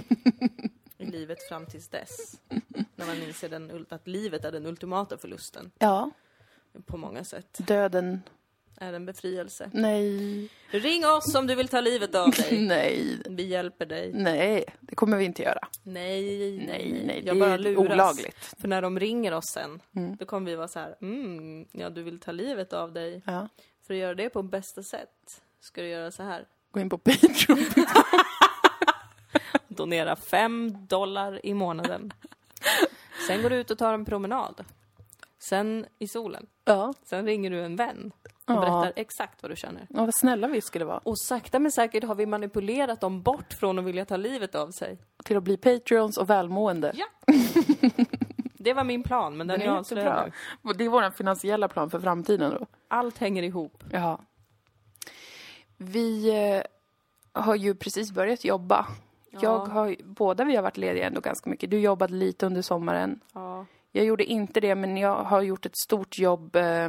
i livet fram tills dess. När man inser den, ul- att livet är den ultimata förlusten Ja, på många sätt. döden. Är en befrielse. Nej, Ring oss om du vill ta livet av dig. nej, Vi hjälper dig. nej. Det kommer vi inte göra. Nej, Nej, nej. Jag Det bara är luras. olagligt. För när de ringer oss sen, Mm. då kommer vi vara så här, mm, ja, du vill ta livet av dig. Ja. För att göra det på bästa sätt ska du göra så här. Gå in på Patreon. Donera fem dollar i månaden. Sen går du ut och tar en promenad. Sen i solen. Ja. Sen ringer du en vän och Ja. berättar exakt vad du känner. Ja, vad snälla vi skulle vara. Och sakta men säkert har vi manipulerat dem bort från att vilja ta livet av sig. Till att bli Patreons och välmående. Ja. Det var min plan, men den, Den är är avslöjad jättebra. nu. Och det är vår finansiella plan för framtiden då. Allt hänger ihop. Ja. Vi eh, har ju precis börjat jobba. Ja. Jag har, ju- båda vi har varit lediga ändå ganska mycket. Du jobbade lite under sommaren. Ja. Jag gjorde inte det, men jag har gjort ett stort jobb eh,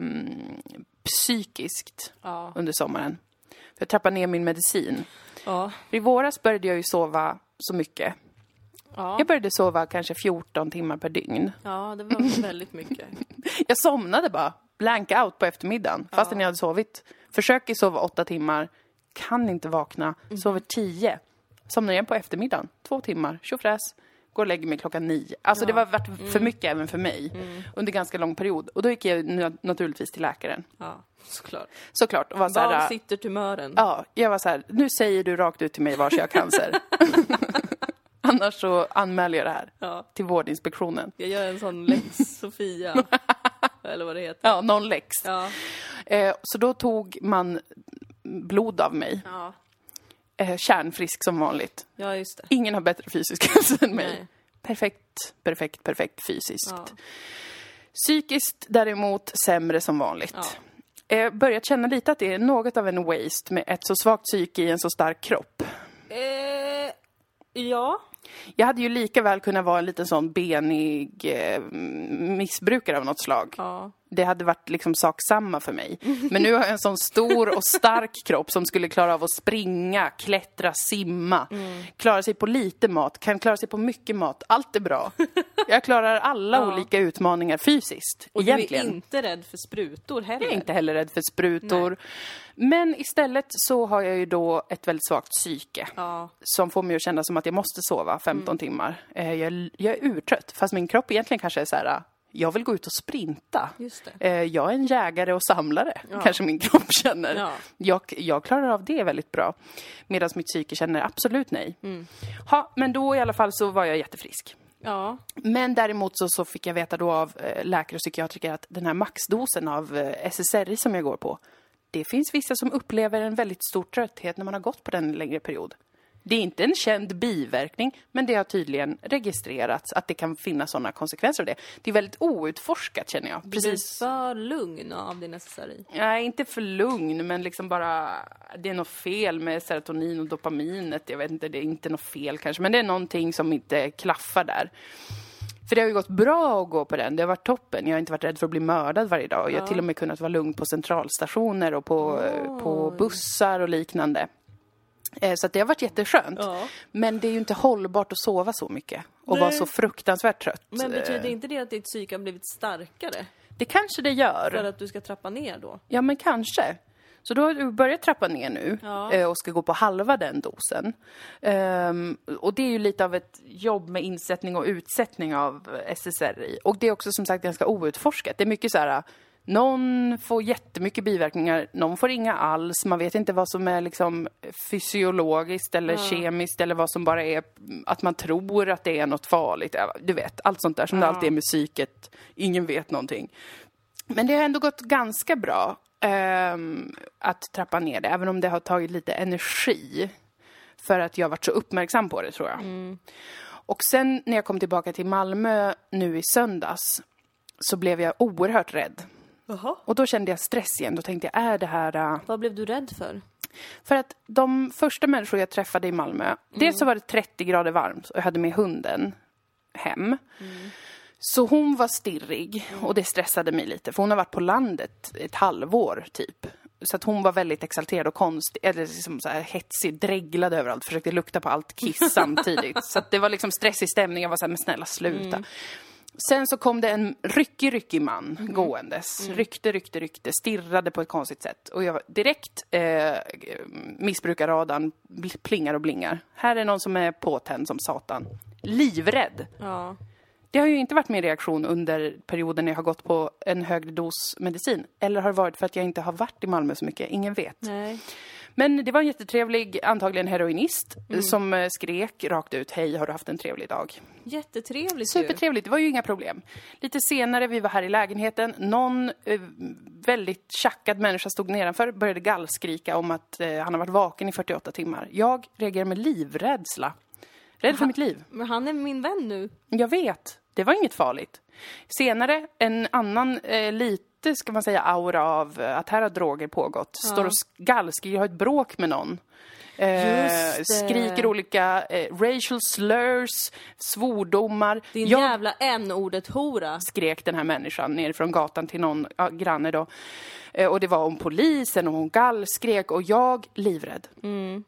psykiskt Ja. under sommaren. För jag trappade ner min medicin. Ja. För i våras började jag ju sova så mycket. Ja. Jag började sova kanske fjorton timmar per dygn. Ja, det var väldigt mycket. Jag somnade bara, blank out på eftermiddagen, fastän jag hade sovit. Försöker sova åtta timmar, kan inte vakna, sover tio. Somnar igen på eftermiddagen, två timmar, tjofräs, går och lägger mig klockan nio. Alltså det var varit för mycket även för mig under ganska lång period. Och då gick jag na- naturligtvis till läkaren. Ja, såklart. Såklart. Och var så Var här, sitter tumören? ja, jag var så här, nu säger du rakt ut till mig vars jag har cancer. Annars så anmäler jag det här Ja. till vårdinspektionen. Jag gör en sån Lex Sofia. Eller vad det heter. Ja, någon läx. Ja. Eh, så då tog man blod av mig. Ja, Eh, kärnfrisk som vanligt. ja just det. Ingen har bättre fysisk hälsa än mig. Nej. Perfekt, perfekt, perfekt fysiskt. Ja. Psykiskt däremot sämre som vanligt. Ja. Eh, börjat känna lite att det är något av en waste med ett så svagt psyke i en så stark kropp. Eh, ja. Jag hade ju lika väl kunnat vara en liten sån benig eh, missbrukare av något slag. Ja. Det hade varit liksom sak samma för mig. Men nu har jag en sån stor och stark kropp som skulle klara av att springa, klättra, simma. Mm. Klara sig på lite mat, kan klara sig på mycket mat. Allt är bra. Jag klarar alla Ja. olika utmaningar fysiskt, Och egentligen. du är inte rädd för sprutor heller. Jag är inte heller rädd för sprutor. Men istället så har jag ju då ett väldigt svagt psyke. Ja. Som får mig att känna som att jag måste sova femton Mm. timmar. Eh, Jag, jag är urtrött. Fast min kropp egentligen kanske är så här: jag vill gå ut och sprinta. Just det. Eh, Jag är en jägare och samlare, Ja. kanske min kropp känner. Ja. Jag, jag klarar av det väldigt bra. Medan mitt psyke känner absolut nej. Mm. Ha, men då i alla fall så var jag jättefrisk. Ja. Men däremot så, så fick jag veta då av eh, läkare och psykiatriker att den här maxdosen av eh, S S R I som jag går på, det finns vissa som upplever en väldigt stor trötthet när man har gått på den en längre period. Det är inte en känd biverkning, men det har tydligen registrerats att det kan finnas sådana konsekvenser av det. Det är väldigt outforskat, känner jag. Precis. Du blir för lugn av din S S R I. Nej, inte för lugn, men liksom bara... Det är något fel med serotonin och dopaminet. Jag vet inte, det är inte något fel kanske. Men det är någonting som inte klaffar där. För det har ju gått bra att gå på den. Det har varit toppen. Jag har inte varit rädd för att bli mördad varje dag. Jag har till och med kunnat vara lugn på centralstationer och på, oh. på bussar och liknande. Så att det har varit jätteskönt. Ja. Men det är ju inte hållbart att sova så mycket. Och Nej. vara så fruktansvärt trött. Men betyder inte det att ditt psyke har blivit starkare? Det kanske det gör. För att du ska trappa ner då? Ja, men kanske. Så då har du börjat trappa ner nu. Ja. Och ska gå på halva den dosen. Um, och det är ju lite av ett jobb med insättning och utsättning av S S R I. Och det är också som sagt ganska outforskat. Det är mycket så här... Någon får jättemycket biverkningar, någon får inga alls. Man vet inte vad som är liksom fysiologiskt eller ja. kemiskt eller vad som bara är att man tror att det är något farligt. Du vet, allt sånt där som ja. det alltid är med psyket. Ingen vet någonting. Men det har ändå gått ganska bra um, att trappa ner det, även om det har tagit lite energi för att jag har varit så uppmärksam på det, tror jag. Mm. Och sen när jag kom tillbaka till Malmö nu i söndags så blev jag oerhört rädd. Aha. Och då kände jag stress igen. Då tänkte jag, är det här... Uh... Vad blev du rädd för? För att de första människor jag träffade i Malmö... Mm. Dels så var det trettio grader varmt och jag hade med hunden hem. Mm. Så hon var stirrig och det stressade mig lite. För hon har varit på landet ett halvår typ. Så att hon var väldigt exalterad och konstig. Eller liksom så här hetsig, dreglade överallt. Försökte lukta på allt kiss samtidigt. Så att det var liksom stressig stämning. Jag var så här, men snälla sluta. Mm. Sen så kom det en ryckig, ryckig man mm. gåendes. Mm. Ryckte, ryckte, ryckte. Stirrade på ett konstigt sätt. Och jag direkt eh, missbrukarradan plingar och blingar. Här är någon som är påtänd som satan. Livrädd. Ja. Det har ju inte varit min reaktion under perioden när jag har gått på en högre dos medicin. Eller har det varit för att jag inte har varit i Malmö så mycket? Ingen vet. Nej. Men det var en jättetrevlig, antagligen heroinist, mm. som skrek rakt ut, hej, har du haft en trevlig dag? Jättetrevligt. Supertrevligt, det var ju inga problem. Lite senare, vi var här i lägenheten, någon eh, väldigt tjackad människa stod nedanför, började gallskrika om att eh, han har varit vaken i fyrtioåtta timmar. Jag reagerar med livrädsla. Rädd för han, mitt liv. Men han är min vän nu. Jag vet, det var inget farligt. Senare, en annan eh, lite, ska man säga, aura av att här har droger pågått. Ja. Står och gallskriker, har ett bråk med någon. Eh, skriker olika eh, racial slurs, svordomar. Din jag, jävla n-ordet hora. Skrek den här människan ner från gatan till någon ja, granne då. Eh, och det var om polisen och hon gallskrek och jag livrädd. Mm.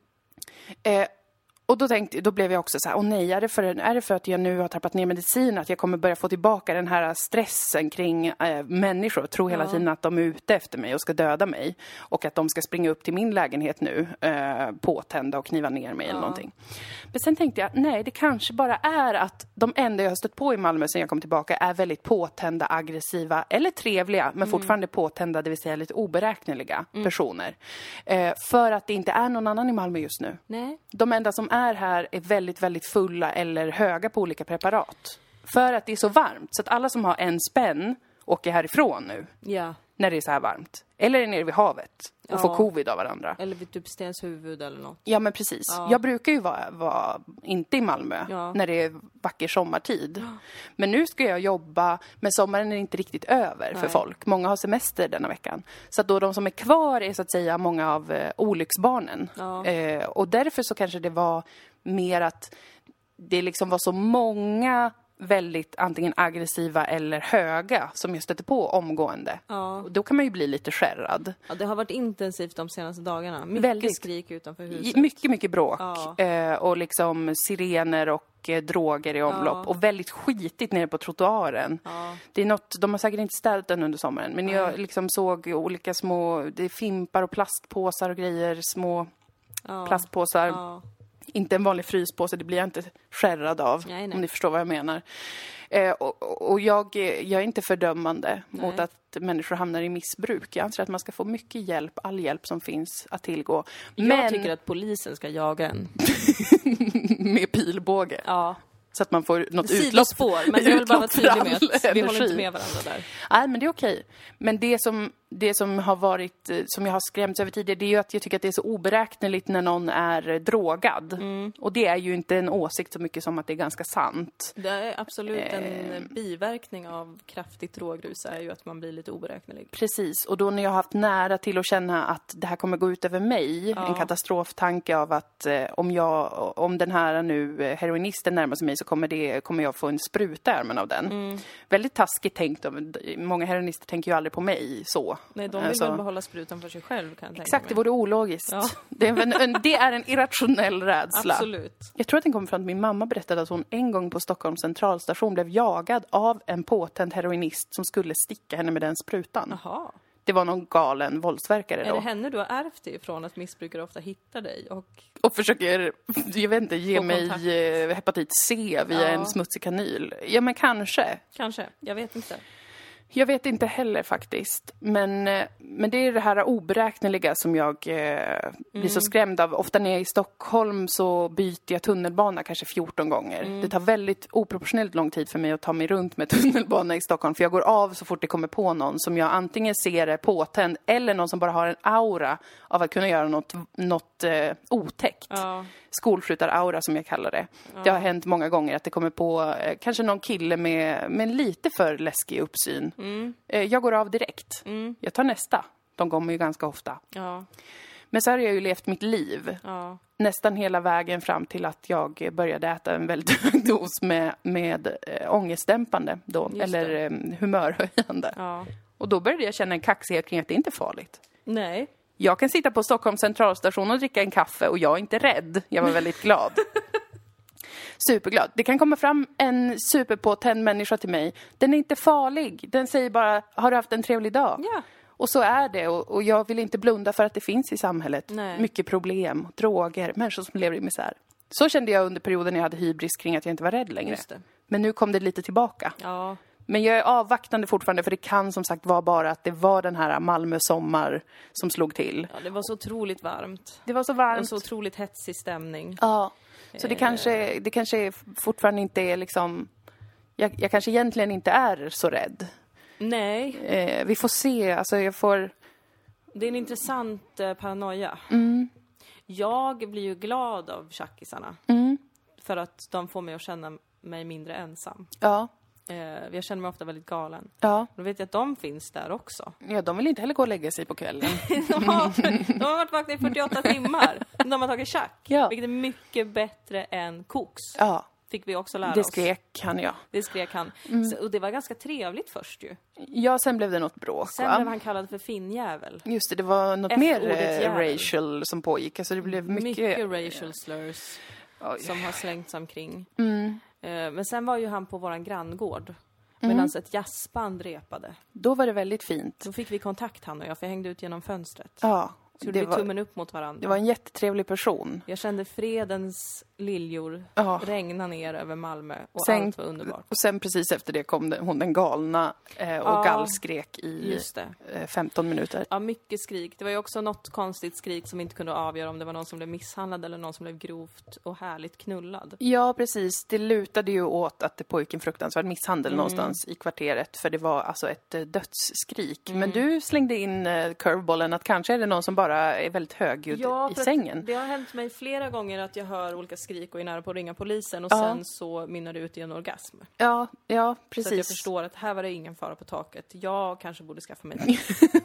Eh, Och då tänkte, då blev jag också så här, åh nej, är det, för, är det för att jag nu har trappat ner medicin att jag kommer börja få tillbaka den här stressen kring äh, människor och tro hela ja. tiden att de är ute efter mig och ska döda mig och att de ska springa upp till min lägenhet nu äh, påtända och kniva ner mig ja. eller någonting. Men sen tänkte jag, nej, det kanske bara är att de enda jag har stött på i Malmö sen jag kom tillbaka är väldigt påtända, aggressiva eller trevliga, men mm. fortfarande påtända, det vill säga lite oberäkneliga mm. personer. Äh, för att det inte är någon annan i Malmö just nu. Nej. De enda som är här är väldigt, väldigt fulla eller höga på olika preparat. För att det är så varmt. Så att alla som har en spänn åker härifrån nu. Ja. När det är så här varmt. Eller är nere vid havet och ja. får covid av varandra. Eller vid typ Stenshuvud eller något. Ja, men precis. Ja. Jag brukar ju vara, vara inte i Malmö ja. när det är vacker sommartid. Ja. Men nu ska jag jobba, men sommaren är inte riktigt över Nej. för folk. Många har semester denna veckan. Så att då de som är kvar är så att säga många av eh, olycksbarnen. Ja. Eh, och därför så kanske det var mer att det liksom var så många väldigt antingen aggressiva eller höga som jag stötte på omgående. Ja. Och då kan man ju bli lite skärrad. Ja, det har varit intensivt de senaste dagarna. Mycket väldigt, skrik utanför huset. Mycket, mycket bråk. Ja. Eh, och liksom sirener och eh, droger i omlopp. Ja. Och väldigt skitigt nere på trottoaren. Ja. Det är något, de har säkert inte städat den under sommaren. Men ja. jag liksom såg olika små, det är fimpar och plastpåsar och grejer. Små ja. plastpåsar. Ja. Inte en vanlig fryspåse, det blir jag inte skärrad av, nej, nej. om ni förstår vad jag menar. Eh, och och jag, jag är inte fördömande nej. mot att människor hamnar i missbruk. Jag anser att man ska få mycket hjälp, all hjälp som finns att tillgå. Jag Men... tycker att polisen ska jaga en. Med pilbåge. Ja. Så att man får något Sidospår, utlopp. Men jag vill bara vara tydlig med att vi håller inte med varandra där. Nej, men det är okej. Men det som det som har varit, eh, som jag har skrämts över tidigare, det är ju att jag tycker att det är så oberäkneligt när någon är eh, drogad. Mm. Och det är ju inte en åsikt så mycket som att det är ganska sant. Det är absolut en Eh. biverkning av kraftigt drogrus är ju att man blir lite oberäknelig. Precis, och då när jag har haft nära till att känna att det här kommer gå ut över mig, Ja. en katastroftanke av att eh, om jag, om den här nu eh, heroinisten närmar sig mig så kommer, det, kommer jag få en spruta i armen av den. Mm. Väldigt taskigt tänkt, av- många heroinister tänker ju aldrig på mig så. Nej, de vill Alltså, väl behålla sprutan för sig själv, kan jag tänka exakt, det mig. vore ologiskt. Ja. Det, är en, en, det är en irrationell rädsla. Absolut. Jag tror att den kommer från att min mamma berättade att hon en gång på Stockholms centralstation blev jagad av en påtänd heroinist som skulle sticka henne med den sprutan. Jaha. Det var någon galen våldsverkare Är då. det henne du har ärvt det ifrån, att missbrukare ofta hittar dig? Och Och försöker, jag vet inte, ge Få mig kontakt. eh, hepatit C via Ja. en smutsig kanyl. Ja, men kanske. kanske, jag vet inte. Jag vet inte heller faktiskt. Men, eh, men det är det här oberäkneliga som jag eh, blir så skrämd av. Ofta när jag är i Stockholm så byter jag tunnelbana kanske fjorton gånger. Det tar väldigt oproportionellt lång tid för mig att ta mig runt med tunnelbana i Stockholm. För jag går av så fort det kommer på någon som jag antingen ser är påtänd eller någon som bara har en aura av att kunna göra något, något eh, otäckt. Ja. Skolskjutar-aura som jag kallar det. Det har hänt många gånger att det kommer på eh, kanske någon kille med, med en lite för läskig uppsyn. Mm. Eh, jag går av direkt. Mm. Jag tar nästa. De kommer ju ganska ofta. Ja. Men så har jag ju levt mitt liv. Ja. Nästan hela vägen fram till att jag började äta en väldigt hög dos med, med äh, ångestdämpande då. Just Eller det. eh, humörhöjande. Ja. Och då började jag känna en kaxighet kring att det inte är farligt. Nej. Jag kan sitta på Stockholms centralstation och dricka en kaffe och jag är inte rädd. Jag var väldigt glad. Superglad. Det kan komma fram en superpåtänd människa till mig. Den är inte farlig. Den säger bara, har du haft en trevlig dag? Ja. Och så är det. Och, och jag vill inte blunda för att det finns i samhället. Nej. Mycket problem, droger, människor som lever i misär. Så kände jag under perioden när jag hade hybris kring att jag inte var rädd längre. Just det. Men nu kom det lite tillbaka. Ja. Men jag är avvaktande fortfarande, för det kan som sagt vara bara att det var den här Malmö-sommar som slog till. Ja, det var så otroligt varmt. Det var så Och varmt. så otroligt hetsig stämning. Ja, så det Eh. kanske, det kanske fortfarande inte är liksom... Jag, jag kanske egentligen inte är så rädd. Nej, Eh, vi får se, alltså jag får... det är en intressant eh, paranoia. Mm. Jag blir ju glad av tjackisarna. Mm. För att de får mig att känna mig mindre ensam. Ja, Eh, jag känner mig ofta väldigt galen. ja. Då vet jag att de finns där också. Ja, de vill inte heller gå och lägga sig på kvällen. De har, de har varit vakna i fyrtioåtta timmar. De har tagit tjack. Ja. Vilket är mycket bättre än koks. Ja, Fick vi också lära det oss. skrek han, ja. Det skrek han. Så, och det var ganska trevligt först ju. Ja, sen blev det något bråk, Sen va? blev han kallad för finnjävel. Just det, det var något F-ordet mer eh, jävel. racial som pågick. Alltså det blev mycket... Mycket racial slurs Oj. som har slängts omkring. Mm. Eh, Men sen var ju han på våran granngård. Medan ett jazzband repade. Då var det väldigt fint. Då fick vi kontakt, han och jag, för jag hängde ut genom fönstret. Ja, Så gjorde det vi var, tummen upp mot varandra. det var en jättetrevlig person. Jag kände fredens liljor Ja. regna ner över Malmö och Sen- allt var underbart. Och sen precis efter det kom det, hon den galna eh, och Ja, gallskrek i Just det. eh, femton minuter. Ja, mycket skrik. Det var ju också något konstigt skrik som inte kunde avgöra om det var någon som blev misshandlad eller någon som blev grovt och härligt knullad. Ja, precis. Det lutade ju åt att det pågick en fruktansvärd misshandel Mm. någonstans i kvarteret. För det var alltså ett eh, dödsskrik. Mm. Men du slängde in eh, curvebollen att kanske är det någon som bara är väldigt högljudd i för att sängen. det har hänt mig flera gånger att jag hör olika skrik och är nära på att ringa polisen och Ja. sen så mynnar det ut i en orgasm. Ja, ja, Så att jag precis. förstår att här var det ingen fara på taket. Jag kanske borde skaffa mig det. My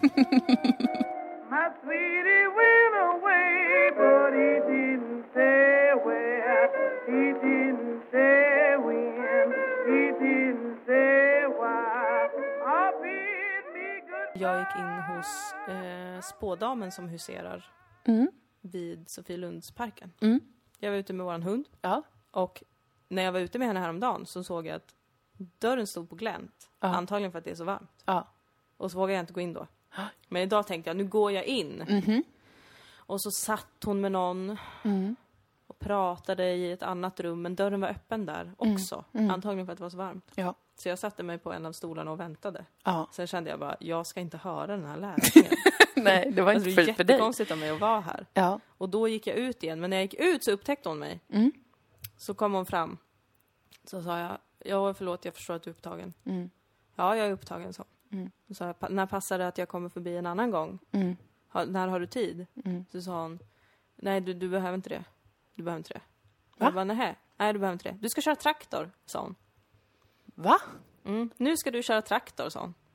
sweetie went away, but he didn't say where. He didn't say when. He didn't say why. I bid me good. Jag gick in hos eh, spådamen som huserar Mm. vid Sofielundsparken. Mm. Jag var ute med våran hund Ja. och när jag var ute med henne häromdagen så såg jag att dörren stod på glänt. Ja. Antagligen för att det är så varmt. Ja. Och så vågade jag inte gå in då. Men idag tänkte jag, nu går jag in. Mhm. Och så satt hon med någon Mm. och pratade i ett annat rum. Men dörren var öppen där också. Mm. Antagligen för att det var så varmt. Ja. Så jag satte mig på en av stolarna och väntade. Ja. Sen kände jag bara, jag ska inte höra den här läsningen. Nej, det var Alltså, inte det är fult för dig. jättekonstigt av mig att vara här. Ja. Och då gick jag ut igen. Men när jag gick ut så upptäckte hon mig. Mm. Så kom hon fram. Så sa jag, ja förlåt, jag förstår att du är upptagen. Mm. Ja, jag är upptagen, så. Mm. Så sa jag, "Pa- när passar det att jag kommer förbi en annan gång? Mm. Ha, när har du tid?" Mm. Så sa hon, nej du, du behöver inte det. Du behöver inte det. Va? Jag bara, nej, nej du behöver inte det. Du ska köra traktor, sa hon. Va? Mm. Nu ska du köra traktor, sa hon.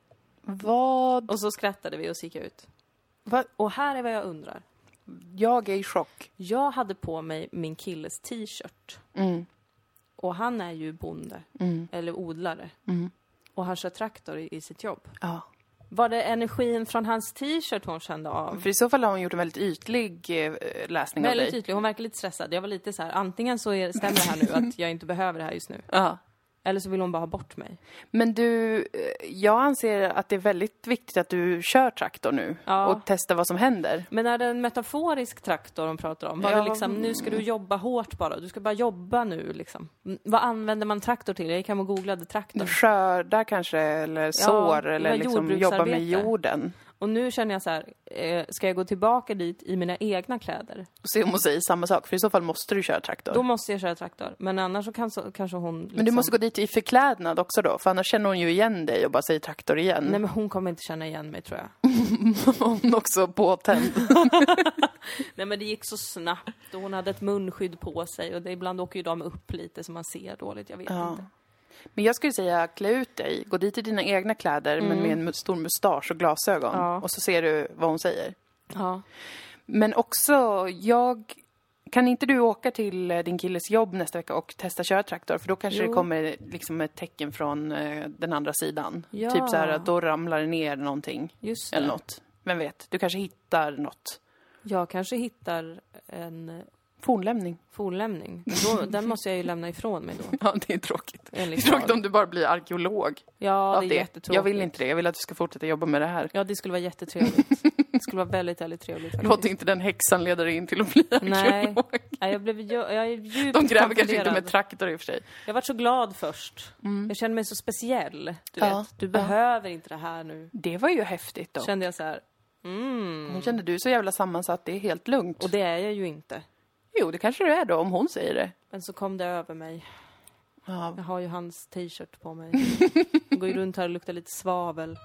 Vad? Och så skrattade vi och så gick jag ut. Va? Och här är vad jag undrar. Jag är i chock. Jag hade på mig min killes t-shirt. Mm. Och han är ju bonde. Mm. Eller odlare. Mm. Och han kör traktor i, i sitt jobb. Ja. Var det energin från hans t-shirt hon kände av? För i så fall har hon gjort en väldigt ytlig eh, läsning av Väldigt dig. tydlig. Hon verkar lite stressad. Jag var lite så här, antingen så är, stämmer det här nu att jag inte behöver det här just nu. Ja. Eller så vill hon bara ha bort mig. Men du, eh, jag anser att det är väldigt viktigt att du kör traktor nu. Ja. Och testar vad som händer. Men är det en metaforisk traktor hon pratar om? Var Ja. det liksom, nu ska du jobba hårt bara. Du ska bara jobba nu liksom. Mm, vad använder man traktor till? Jag gick hem och googlade traktor. Skördar kanske, eller sår, det eller var liksom jobba med jordbruksarbete. jorden. Och nu känner jag så här, eh, ska jag gå tillbaka dit i mina egna kläder? Och se om hon säger samma sak, för i så fall måste du köra traktor. Då måste jag köra traktor. Men annars så kan, så, kanske hon... Liksom... Men du måste gå dit i förklädnad också då, för annars känner hon ju igen dig och bara säger traktor igen. Nej, men hon kommer inte känna igen mig, tror jag. Hon också påtänd. Nej, men det gick så snabbt och hon hade ett munskydd på sig och det, ibland åker ju de upp lite så man ser dåligt, jag vet Ja. inte. Men jag skulle säga, klä ut dig, gå dit i dina egna kläder men med en stor mustasch och glasögon. Ja. Och så ser du vad hon säger. Ja. Men också, jag... Kan inte du åka till eh, din killes jobb nästa vecka och testa köra traktor? För då kanske Jo. det kommer liksom ett tecken från eh, den andra sidan. Ja. Typ så här att då ramlar det ner någonting. Just det. Eller något. Vem vet, du kanske hittar något. Jag kanske hittar en Fornlämning. fornlämning. Då, den måste jag ju lämna ifrån mig då. Ja, det är tråkigt. Det är Enligt tråkigt lag. om du bara blir arkeolog. Ja, av det är jättetråkigt. Jag vill inte det. Jag vill att du ska fortsätta jobba med det här. Ja, det skulle vara jättetrevligt. Det skulle vara väldigt, väldigt trevligt faktiskt. Låt inte den häxan leda dig in till att bli Nej. arkeolog. Nej, jag blev ju, jag är djupt De gräver kanske inte konfunderad. med traktor i och för sig. Jag var så glad först. Jag kände mig så speciell. Du Ja. vet, du Ja. behöver inte det här nu. Det var ju häftigt då. Kände jag så här. Mm. Hon kände du så jävla sammansatt, det är helt lugnt. Och det är jag ju inte. Jo, det kanske du är då, om hon säger det. Men så kom det över mig. Ja. Jag har ju hans t-shirt på mig. Jag går ju runt här och luktar lite svavel.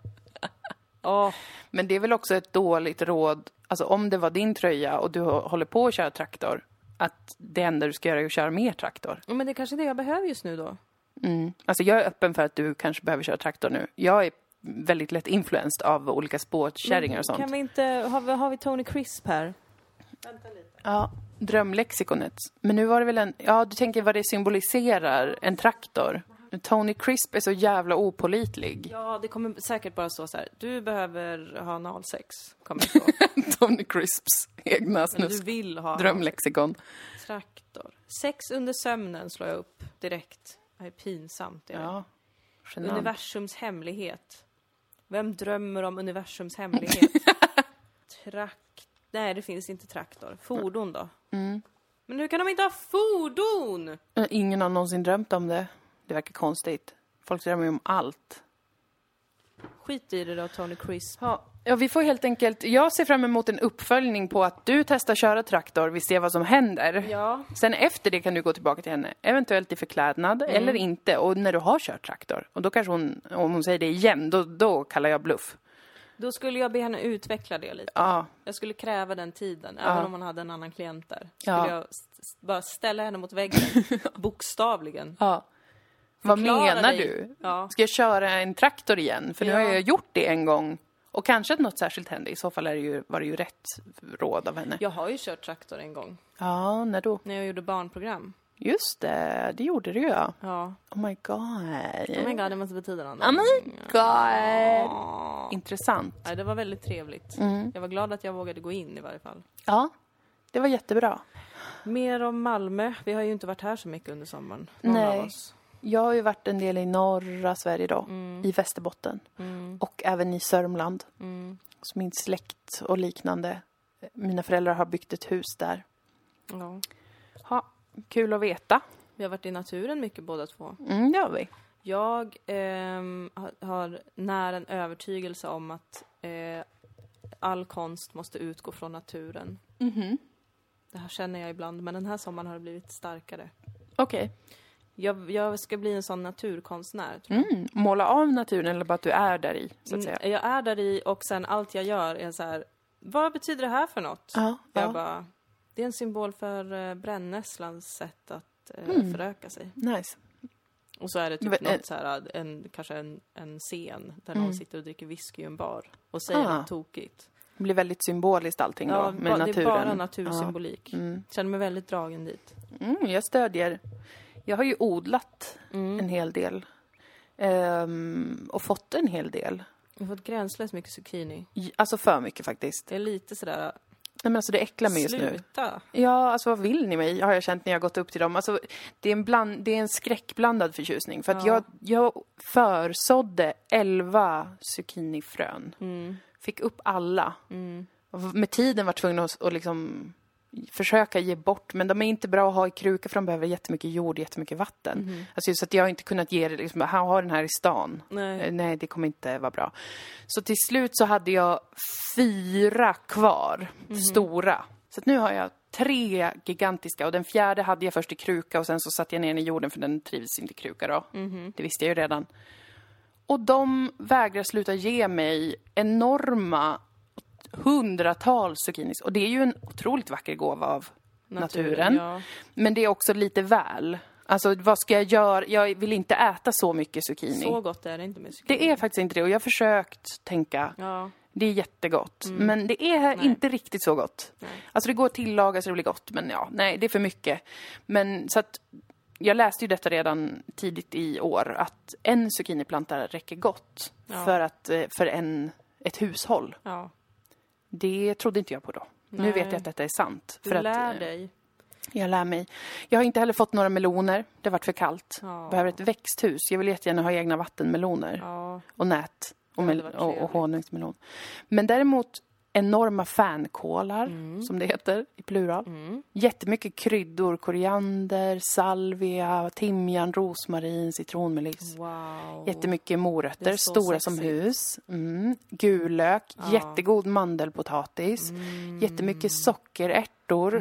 Åh, Men det är väl också ett dåligt råd, alltså om det var din tröja och du håller på att köra traktor, att det enda du ska göra är att köra mer traktor. men det är kanske det jag behöver just nu då. Mm. Alltså jag är öppen för att du kanske behöver köra traktor nu. Jag är väldigt lätt influenced av olika sportkärringar och sånt. Kan vi inte, har vi, har vi Tony Crisp här? Vänta lite. Ja, drömlexikonet. Men nu var det väl en... Ja, du tänker vad det symboliserar, en traktor. Tony Crisp är så jävla opålitlig. Ja, det kommer säkert bara stå så här. Du behöver ha analsex. Kommer det stå. Tony Crisps egna Men snus. du vill ha Drömlexikon. traktor. Sex under sömnen slår jag upp direkt. Det är pinsamt. Det är. Ja, genant. Universums hemlighet. Vem drömmer om universums hemlighet? Trakt... Nej, det finns inte traktor. Fordon då? Mm. Men hur kan de inte ha fordon? Ingen har någonsin drömt om det. Det verkar konstigt. Folk drömmer ju om allt. Skit i det då, Tony Crisp. Ja. Ja, vi får helt enkelt... Jag ser fram emot en uppföljning på att du testar köra traktor. Vi ser vad som händer. Ja. Sen efter det kan du gå tillbaka till henne. Eventuellt i förklädnad eller inte. Och när du har kört traktor. Och då kanske hon, om hon säger det igen, då, då kallar jag bluff. Då skulle jag be henne utveckla det lite. Ja, Jag skulle kräva den tiden, Ja. även om man hade en annan klient där. Skulle Ja. jag st- st- bara ställa henne mot väggen, bokstavligen. ja. Vad Förklara menar dig. du? Ja. Ska jag köra en traktor igen? För nu Ja. har jag gjort det en gång. Och kanske att något särskilt hände. I så fall är det ju, var det ju rätt råd av henne. Jag har ju kört traktor en gång, Ja, när då? när jag gjorde barnprogram. Just det, det gjorde du ja. Ja. Oh my god. Oh my god, det måste betyda något. Oh my god. Ja. Intressant. Nej, det var väldigt trevligt. Mm. Jag var glad att jag vågade gå in i varje fall. Ja, det var jättebra. Mer om Malmö. Vi har ju inte varit här så mycket under sommaren. Någon Nej. av oss. Jag har ju varit en del i norra Sverige då. Mm. I Västerbotten. Mm. Och även i Sörmland. Mm. Så min släkt och liknande. Mina föräldrar har byggt ett hus där. Ja. Ha, kul att veta. Vi har varit i naturen mycket båda två. Mm, det har vi. Jag ehm, har, har när en övertygelse om att eh, all konst måste utgå från naturen. Mhm. Det här känner jag ibland, men den här sommaren har det blivit starkare. Okej. Jag, jag ska bli en sån naturkonstnär, tror jag. Mm, måla av naturen eller bara att du är där i, så att säga. Mm, jag är där i och sen allt jag gör är så här, vad betyder det här för något? Ja, Jag ja. bara, det är en symbol för uh, brännässlans sätt att uh, Mm. föröka sig. Nice. Och så är det typ Men, eh, något så här, en, kanske en, en scen där Mm. någon sitter och dricker whisky i en bar och säger Ah. något tokigt. Det blir väldigt symboliskt allting då, Ja, med ba, naturen. det är bara natursymbolik. Ja. Mm. Känner mig väldigt dragen dit. Mm, jag stödjer. Jag har ju odlat Mm. en hel del. Ehm, och fått en hel del. Jag har fått gränslöst mycket zucchini. I- Alltså för mycket faktiskt. Det är lite sådär, Nej, men alltså det äcklar mig just nu. sluta. Ja, alltså vad vill ni mig? Har jag känt när jag gått upp till dem. Alltså, det är en, bland, det är en skräckblandad förtjusning. För att Ja. jag, jag försådde elva zucchinifrön. Mm. Fick upp alla. Mm. Och med tiden var tvungen att, att liksom försöka ge bort. Men de är inte bra att ha i krukor för de behöver jättemycket jord, jättemycket vatten. Mhm. Alltså, så att jag har inte kunnat ge det, liksom, ha ha den här i stan. Nej. Eh, Nej, det kommer inte vara bra. Så till slut så hade jag fyra kvar, stora. Så att nu har jag tre gigantiska och den fjärde hade jag först i kruka och sen så satte jag ner den i jorden för den trivs inte i kruka då. Mhm. Det visste jag ju redan. Och de vägrar sluta ge mig enorma hundratals zucchinis. Och det är ju en otroligt vacker gåva av naturen. Ja. Men det är också lite väl. Alltså vad ska jag göra? Jag vill inte äta så mycket zucchini. Så gott är det inte med zucchini. Det är faktiskt inte det. Och jag har försökt tänka, Ja. det är jättegott. Men det är Nej. inte riktigt så gott. Nej. Alltså det går att tillaga så det blir gott. Men ja, nej, det är för mycket. Men så att jag läste ju detta redan tidigt i år. Att en zucchiniplanta räcker gott Ja. för, att, eh, för en, ett hushåll. Ja. Det trodde inte jag på då. Nu Nej. vet jag att detta är sant. Du för lär att, eh, dig. Jag lär mig. Jag har inte heller fått några meloner. Det har varit för kallt. Ja. Behöver ett växthus. Jag vill jättegärna ha egna vattenmeloner. Ja. Och nät. Och, Det hade mel- varit och, och trevligt. honungsmelon. Men däremot enorma fänkålar, som det heter i plural. Mm. Jättemycket kryddor. Koriander, salvia, timjan, rosmarin, citronmeliss. Wow. Jättemycket Det morötter, är så stora som sexigt. hus. Mm. Gulök, Ja. jättegod mandelpotatis. Mm. Jättemycket sockerärtor.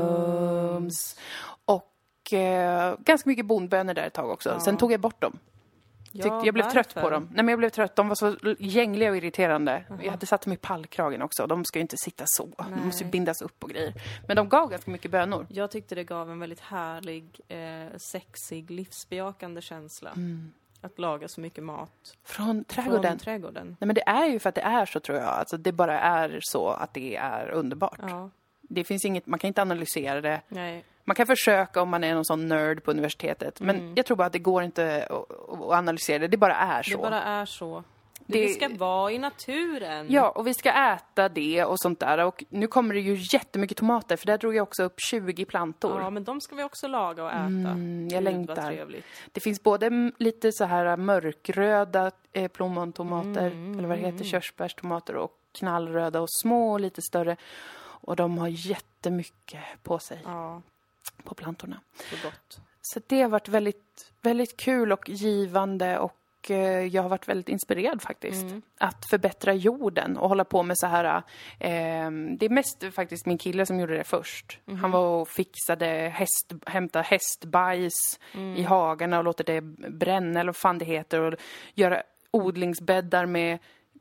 Mums. Och eh, ganska mycket bondbönor där ett tag också. Ja. Sen tog jag bort dem. Ja, Tyckte, jag blev trött varför? på dem. Nej, men jag blev trött. De var så gängliga och irriterande. Jag hade satt dem i pallkragen också. De ska ju inte sitta så. De Nej. måste ju bindas upp och grejer. Men de gav ganska mycket bönor. Jag tyckte det gav en väldigt härlig, eh, sexig, livsbejakande känsla. Mm. Att laga så mycket mat Från trädgården. från trädgården. Nej, men det är ju för att det är så, tror jag. Alltså, det bara är så att det är underbart. Ja, Det finns inget, man kan inte analysera det. nej. Man kan försöka om man är någon sån nörd på universitetet. Men Mm. jag tror bara att det går inte att, att analysera det. Det bara är så. Det bara är så. Det, Det- det ska vara i naturen. Ja, och vi ska äta det och sånt där. Och nu kommer det ju jättemycket tomater. För där drog jag också upp tjugo plantor. Ja, men de ska vi också laga och äta. Mm, jag Gud, längtar. vad trevligt. Det finns både m- lite så här mörkröda eh, plommontomater, Mm, eller vad det heter, körsbärstomater, och knallröda och små och lite större. Och de har jättemycket på sig, Ja, på plantorna. så gott. Så det har varit väldigt, väldigt kul och givande, och eh, jag har varit väldigt inspirerad faktiskt. Mm. Att förbättra jorden och hålla på med så här. Eh, det är mest faktiskt min kille som gjorde det först. Mhm. Han var och fixade häst, hämta hästbajs Mm. i hagarna och låter det bränna, eller vad fan det heter, och göra odlingsbäddar med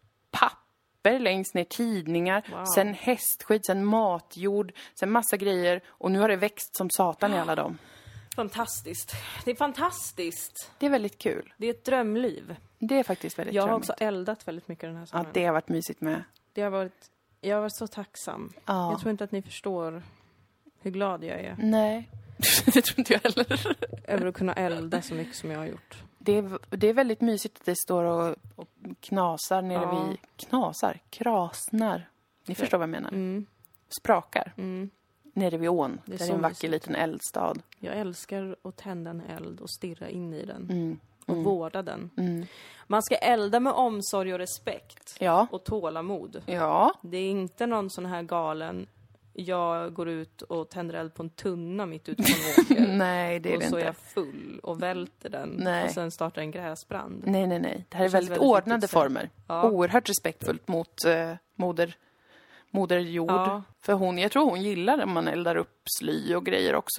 papper längst ner, tidningar, Wow. sen hästskit, sen matjord, sen massa grejer, och nu har det växt som satan i alla dem. Fantastiskt. Det är fantastiskt. Det är väldigt kul. Det är ett drömliv. Det är faktiskt väldigt Jag har drömmigt. också eldat väldigt mycket den här Ja, sommaren. det har varit mysigt med. det har varit, jag har varit så tacksam. Ja. Jag tror inte att ni förstår hur glad jag är Nej, det tror inte jag heller. över att kunna elda så mycket som jag har gjort. Det är, det är väldigt mysigt att det står och, och knasar nere Ja. vid... Knasar? Krasnar. Ni förstår vad jag menar. Mm. Sprakar. Mm. Nere vid ån. Det är där är så en vacker mysigt. liten eldstad. Jag älskar att tända en eld och stirra in i den. Mm. Och Mm. vårda den. Mm. Man ska elda med omsorg och respekt. Ja. Och tålamod. Ja. Det är inte någon sån här galen, jag går ut och tänder eld på en tunna mitt ute på en åker. Nej, det är och det så inte. är jag full och välter den. Nej. Och sen startar en gräsbrand. Nej, nej, nej. Det här är känns väldigt väldigt ordnade viktigt, så. former. Ja. Oerhört respektfullt mot eh, moder, moder jord. Ja. För hon, jag tror hon gillar när man eldar upp sly och grejer också.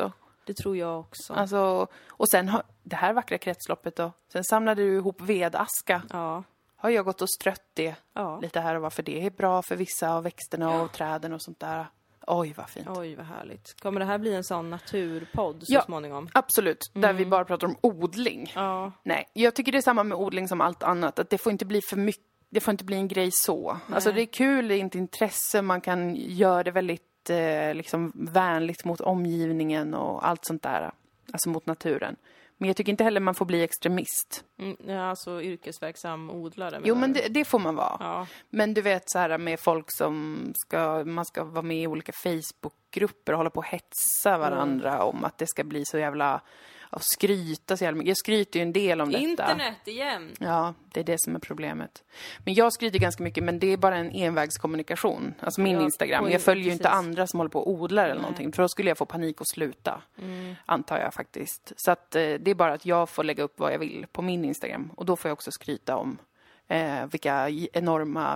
Det tror jag också. Alltså, och sen har det här vackra kretsloppet då. Sen samlade du ihop vedaska. Ja. Har jag gått och strött det Ja. lite här och varför det är bra för vissa av växterna och träden och sånt där. Oj, vad fint. Oj, vad härligt. Kommer det här bli en sån naturpodd så Ja. småningom? Absolut, där vi bara pratar om odling. Ja. Nej, jag tycker det är samma med odling som allt annat. Att det får inte bli för mycket, det får inte bli en grej så. Alltså det är kul, det är inte intresse, man kan göra det väldigt eh, liksom vänligt mot omgivningen och allt sånt där. Alltså mot naturen. Men jag tycker inte heller man får bli extremist. Mm, ja, alltså yrkesverksam odlare. Jo, menar men du? det, det får man vara. Ja. Men du vet så här med folk som ska, man ska vara med i olika Facebookgrupper och hålla på och hetsa varandra Mm. om att det ska bli så jävla, och skryta så jävla mycket. Jag skryter ju en del om detta. Internet igen! Ja, det är det som är problemet. Men jag skryter ganska mycket, men det är bara en envägskommunikation. Alltså min Ja, Instagram. på- Jag följer ju precis. inte andra som håller på och odlar eller någonting. För då skulle jag få panik och sluta. Mm. Antar jag faktiskt. Så att eh, det är bara att jag får lägga upp vad jag vill på min Instagram. Och då får jag också skryta om eh, vilka enorma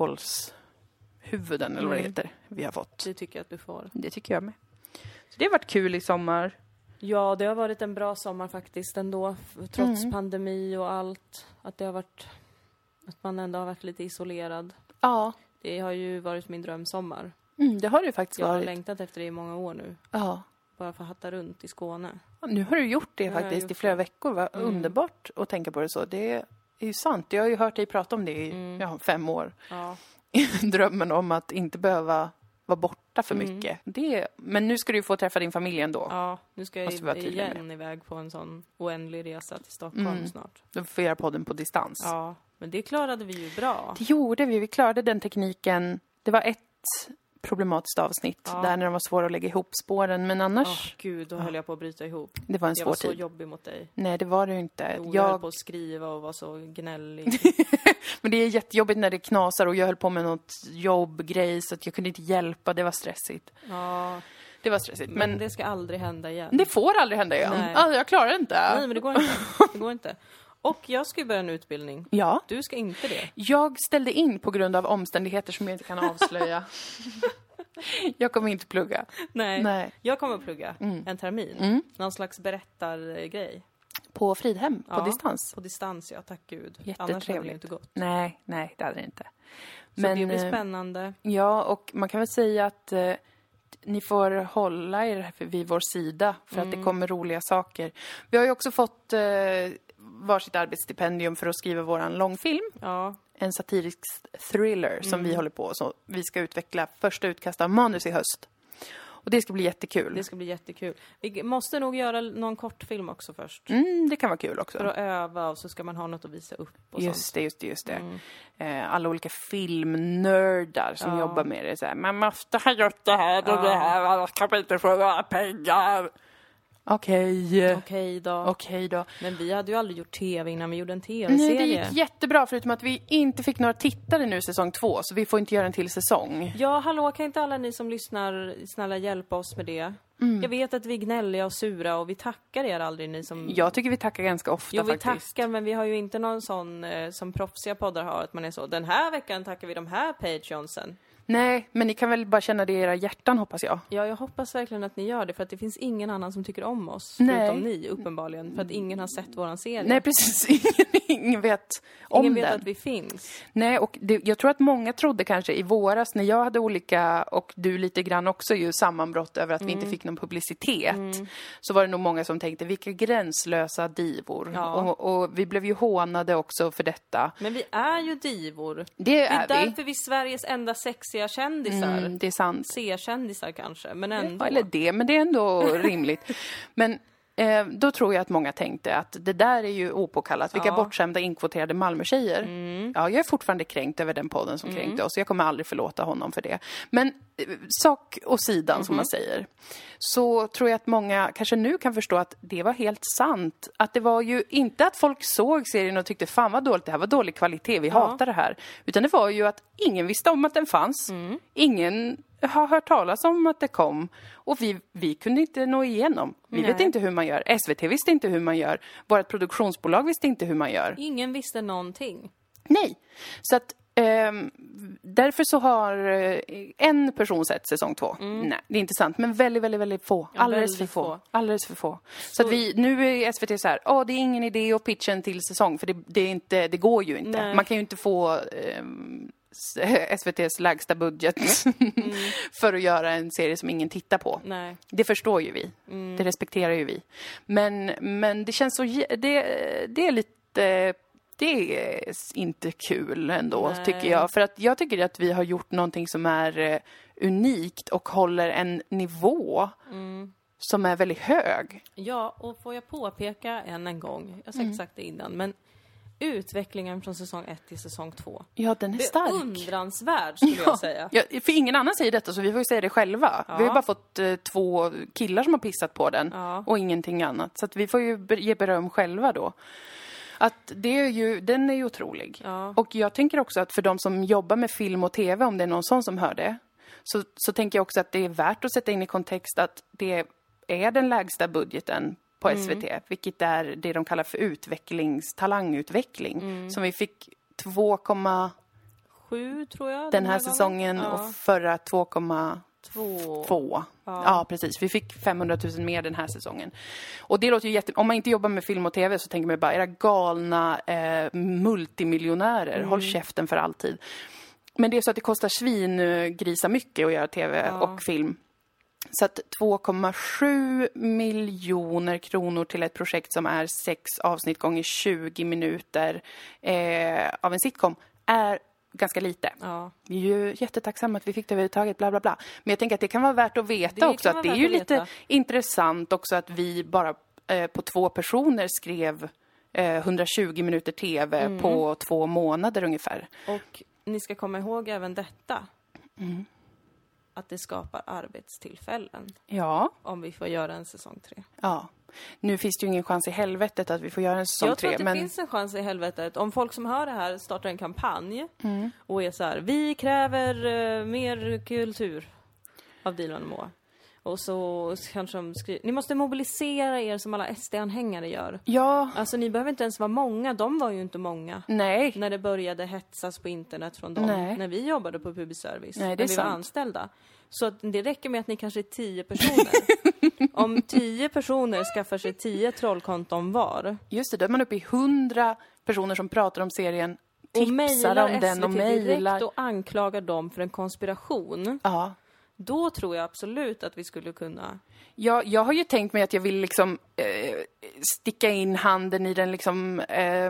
fankolls-huvuden, eller vad det Mm. heter, vi har fått. Det tycker jag att du får. Det tycker jag med. Så det har varit kul i sommar. Ja, det har varit en bra sommar faktiskt ändå. f- Trots Mm. pandemi och allt. Att det har varit... Att man ändå har varit lite isolerad. Ja, Det har ju varit min drömsommar. mm, det har det faktiskt Jag har varit. längtat efter det i många år nu. Ja. Bara för att hatta runt i Skåne. Nu har du gjort det Nu har jag faktiskt gjort i flera det. veckor. Vad Mm. underbart att tänka på det så. Det är ju sant. Jag har ju hört dig prata om det i Mm. ja, fem år. Ja. Drömmen om att inte behöva vara borta för Mm. mycket. Det, men nu ska du ju få träffa din familj ändå. Ja, nu ska jag Måste vi vara i- tydliga igen iväg på en sån oändlig resa till Stockholm Mm. snart. Du får göra podden på distans. Ja, men det klarade vi ju bra. Det gjorde vi. Vi klarade den tekniken. Det var ett problematiskt avsnitt Ja. där när de var svåra att lägga ihop spåren. Men Åh annars, gud, då höll jag på att bryta ihop. det var en Jag svår var så tid. jobbig mot dig. Nej, det var det ju inte. Jo, jag höll Jag, på att skriva och var så gnällig. men det är jättejobbigt när det knasar och jag höll på med något jobbgrej så att jag kunde inte hjälpa. Det var stressigt. Ja, Det var stressigt. men, Men det ska aldrig hända igen. det får aldrig hända igen. Nej. Alltså, jag klarar det inte. Nej, men det går inte. Det går inte. Och jag ska ju börja en utbildning. Ja. Du ska inte det. Jag ställde in på grund av omständigheter som jag inte kan avslöja. Jag kommer inte plugga. Nej. Nej. Jag kommer att plugga Mm. en termin. Mm. Någon slags berättargrej. På Fridhem, på Ja. distans. På distans, ja. Tack gud. Annars hade det Jättetrevligt. ju inte gått. Nej, nej, det hade det inte. Så det blir eh, spännande. Ja, och man kan väl säga att eh, ni får hålla er vid vår sida för att det kommer roliga saker. Vi har ju också fått eh, varsitt arbetsstipendium för att skriva våran långfilm. Ja. En satirisk thriller som vi håller på. Så vi ska utveckla första utkast av manus i höst. Och det ska bli jättekul. Det ska bli jättekul. Vi måste nog göra någon kortfilm också först. Mm, det kan vara kul också. För att öva och så ska man ha något att visa upp och Just sånt. det, just det, just det. Mm. Eh, alla olika filmnördar som Ja. jobbar med det. Så här, man måste ha gjort det här och Ja. det här, annars kan man inte få några pengar. Okej. Okej då. Okej då. Men vi hade ju aldrig gjort tv innan vi gjorde en Nej, det tv-serie. gick jättebra förutom att vi inte fick några tittare nu säsong två. Så vi får inte göra en till säsong. Ja, hallå, kan inte alla ni som lyssnar snälla hjälpa oss med det? Mm. Jag vet att vi är gnälliga och sura och vi tackar er aldrig, ni som... Jag tycker vi tackar ganska ofta Jo, vi faktiskt. tackar, men vi har ju inte någon sån eh, som proffsiga poddar har, att man är så, den här veckan tackar vi de här Patreonsen. Nej, men ni kan väl bara känna det i era hjärtan hoppas jag. Ja, jag hoppas verkligen att ni gör det, för att det finns ingen annan som tycker om oss, Nej. förutom ni, uppenbarligen, för att ingen har sett våran serie. Nej, precis. Ingen, ingen vet om ingen vet den. att vi finns. Nej, och det, jag tror att många trodde kanske i våras när jag hade olika, och du lite grann också ju, sammanbrott över att vi inte fick någon publicitet. Så var det nog många som tänkte, vilka gränslösa divor. Ja. Och, och vi blev ju hånade också för detta. Men vi är ju divor. Det Det är är vi. därför vi är Sveriges enda sexiga kändisar. Mm, det är sant. C-kändisar kanske, men ändå. Ja, eller det, men det är ändå rimligt. Men eh, då tror jag att många tänkte att det där är ju opåkallat. Vilka Ja. bortskämda inkvoterade Malmötjejer. Mm. Ja, jag är fortfarande kränkt över den podden som kränkte oss. Jag kommer aldrig förlåta honom för det. Men eh, sak och sidan, som Mhm. man säger. Så tror jag att många kanske nu kan förstå att det var helt sant. Att det var ju inte att folk såg serien och tyckte fan vad dåligt, det här var dålig kvalitet, vi hatar det här. Utan det var ju att ingen visste om att den fanns. Mm. Ingen har hört talas om att det kom. Och vi, vi kunde inte nå igenom. Vi Nej. vet inte hur man gör. S V T visste inte hur man gör. Vårt produktionsbolag visste inte hur man gör. Ingen visste någonting. Nej. Så att Ehm, därför så har eh, en person sett säsong två. Mm. Nej, det är inte sant. Men väldigt, väldigt, väldigt få. Ja, Alldeles väldigt för få. få. Alldeles för få. Så, Så att vi, nu är S V T så här, åh, det är ingen idé att pitcha en till säsong. För det, det, är inte, det går ju inte. Nej. Man kan ju inte få eh, S V T:s lägsta budget mm. för att göra en serie som ingen tittar på. Nej. Det förstår ju vi. Mm. Det respekterar ju vi. Men, men det känns så... Det, det är lite... Det är inte kul ändå, Nej. tycker jag. För att jag tycker att vi har gjort någonting som är eh, unikt och håller en nivå Mm. som är väldigt hög. Ja, och får jag påpeka än en gång, jag har säkert Mm. sagt det innan, men utvecklingen från säsong ett till säsong två. Ja, den är stark. Beundransvärd, skulle jag säga. Ja, för ingen annan säger detta, så vi får ju säga det själva. Ja. Vi har bara fått eh, två killar som har pissat på den Ja. och ingenting annat. Så att vi får ju be- ge beröm själva då. Att det är ju, den är ju otrolig. Ja. Och jag tänker också att för de som jobbar med film och tv, om det är någon sån som hör det, så, så tänker jag också att det är värt att sätta in i kontext att det är den lägsta budgeten på S V T, Mm. vilket är det de kallar för utvecklings, talangutveckling. Mm. Som vi fick två, Sju, tror jag. den här gången. säsongen Ja. och förra två komma Två. två. Ja. Ja, precis. Vi fick femhundratusen mer den här säsongen. Och det låter ju jätte... Om man inte jobbar med film och tv så tänker man bara, era galna eh, multimiljonärer, Mm. håll käften för alltid. Men det är så att det kostar svingrisa mycket att göra tv Ja. och film. Så att två komma sju miljoner kronor till ett projekt som är sex avsnitt gånger tjugo minuter eh, av en sitcom är ganska lite. Ja. Vi är ju jättetacksamma att vi fick det överhuvudtaget, bla bla bla. Men jag tänker att det kan vara värt att veta Det också. kan Att det vara är ju värt att lite veta. intressant också att vi bara eh, på två personer skrev eh, hundratjugo minuter tv Mm. på två månader ungefär. Och ni ska komma ihåg även detta. Mm. Att det skapar arbetstillfällen Ja, om vi får göra en säsong tre. ja. Nu finns det ju ingen chans i helvetet att vi får göra en säsong Jag tror tre. att det Men finns en chans i helvetet. Om folk som hör det här startar en kampanj Mm. och är så här: vi kräver eh, mer kultur av Dilan och Moa. Och så kanske de skriver, ni måste mobilisera er som alla S D-anhängare gör. ja, Alltså ni behöver inte ens vara många, de var ju inte många. nej. När det började hetsas på internet från dem. Nej. När vi jobbade på Public Service. Nej, det är när vi sant. var anställda. Så att det räcker med att ni kanske är tio personer. Om tio personer skaffar sig tio trollkonton var. Just det, då är man uppe i hundra personer som pratar om serien, Och tipsar mejlar om den och S V T direkt mejlar. och anklagar dem för en konspiration. Ja. Då tror jag absolut att vi skulle kunna... Jag, jag har ju tänkt mig att jag vill liksom eh, sticka in handen i den liksom eh,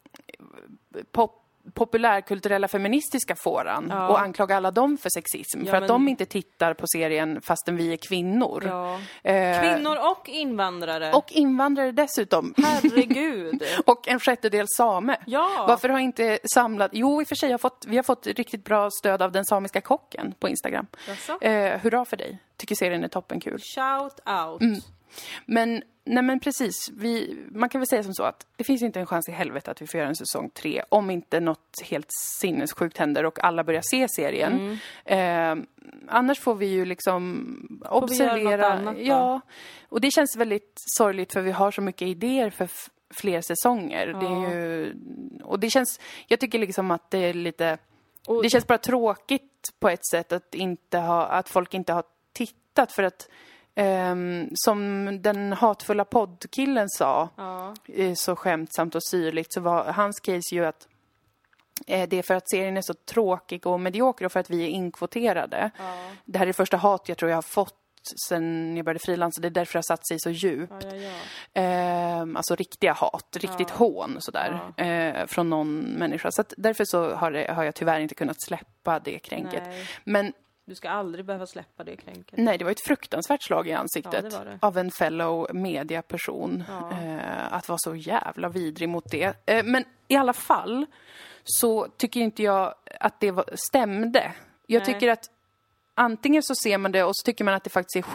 pop, populärkulturella feministiska fåran Ja. och anklaga alla dem för sexism. Ja, för att men- de inte tittar på serien fastän vi är kvinnor. Ja. Eh, Kvinnor och invandrare. Och invandrare dessutom. Herregud. Och en sjättedel same. Ja. Varför har inte samlat... Jo, i och för sig har fått, vi har fått riktigt bra stöd av den samiska kocken på Instagram. Jaså? Eh, hurra för dig. Tycker serien är toppenkul. Shout out. Mm. Men, nej men precis. Vi, man kan väl säga som så att det finns inte en chans i helvete att vi får göra en säsong tre. Om inte något helt sinnessjukt händer och alla börjar se serien. Eh, annars får vi ju liksom vi göra något observera. annat då? Ja, och det känns väldigt sorgligt för vi har så mycket idéer för f- fler säsonger. Det är ju, och det känns, jag tycker liksom att det är lite, Och- det känns bara tråkigt på ett sätt att inte ha, att folk inte har tittat för att ehm, som den hatfulla poddkillen sa, Ja. eh, så skämtsamt och syrligt, så var hans case ju att eh, det är för att serien är så tråkig och medioker och för att vi är inkvoterade. Ja. Det här är det första hat jag tror jag har fått sen jag började frilansa. Det är därför det har satt sig så djupt. Ja, ja, ja. Ehm, alltså riktiga hat, riktigt Ja. hån sådär, eh, från någon människa. Så att därför så har, det, har jag tyvärr inte kunnat släppa det kränket. Nej. Men Du ska aldrig behöva släppa det kränket. nej, det var ett fruktansvärt slag i ansiktet Ja, det var det. av en fellow mediaperson. Ja. Eh, att vara så jävla vidrig mot det. Eh, men i alla fall så tycker inte jag att det var, stämde. Jag Nej. tycker att antingen så ser man det och så tycker man att det faktiskt är skit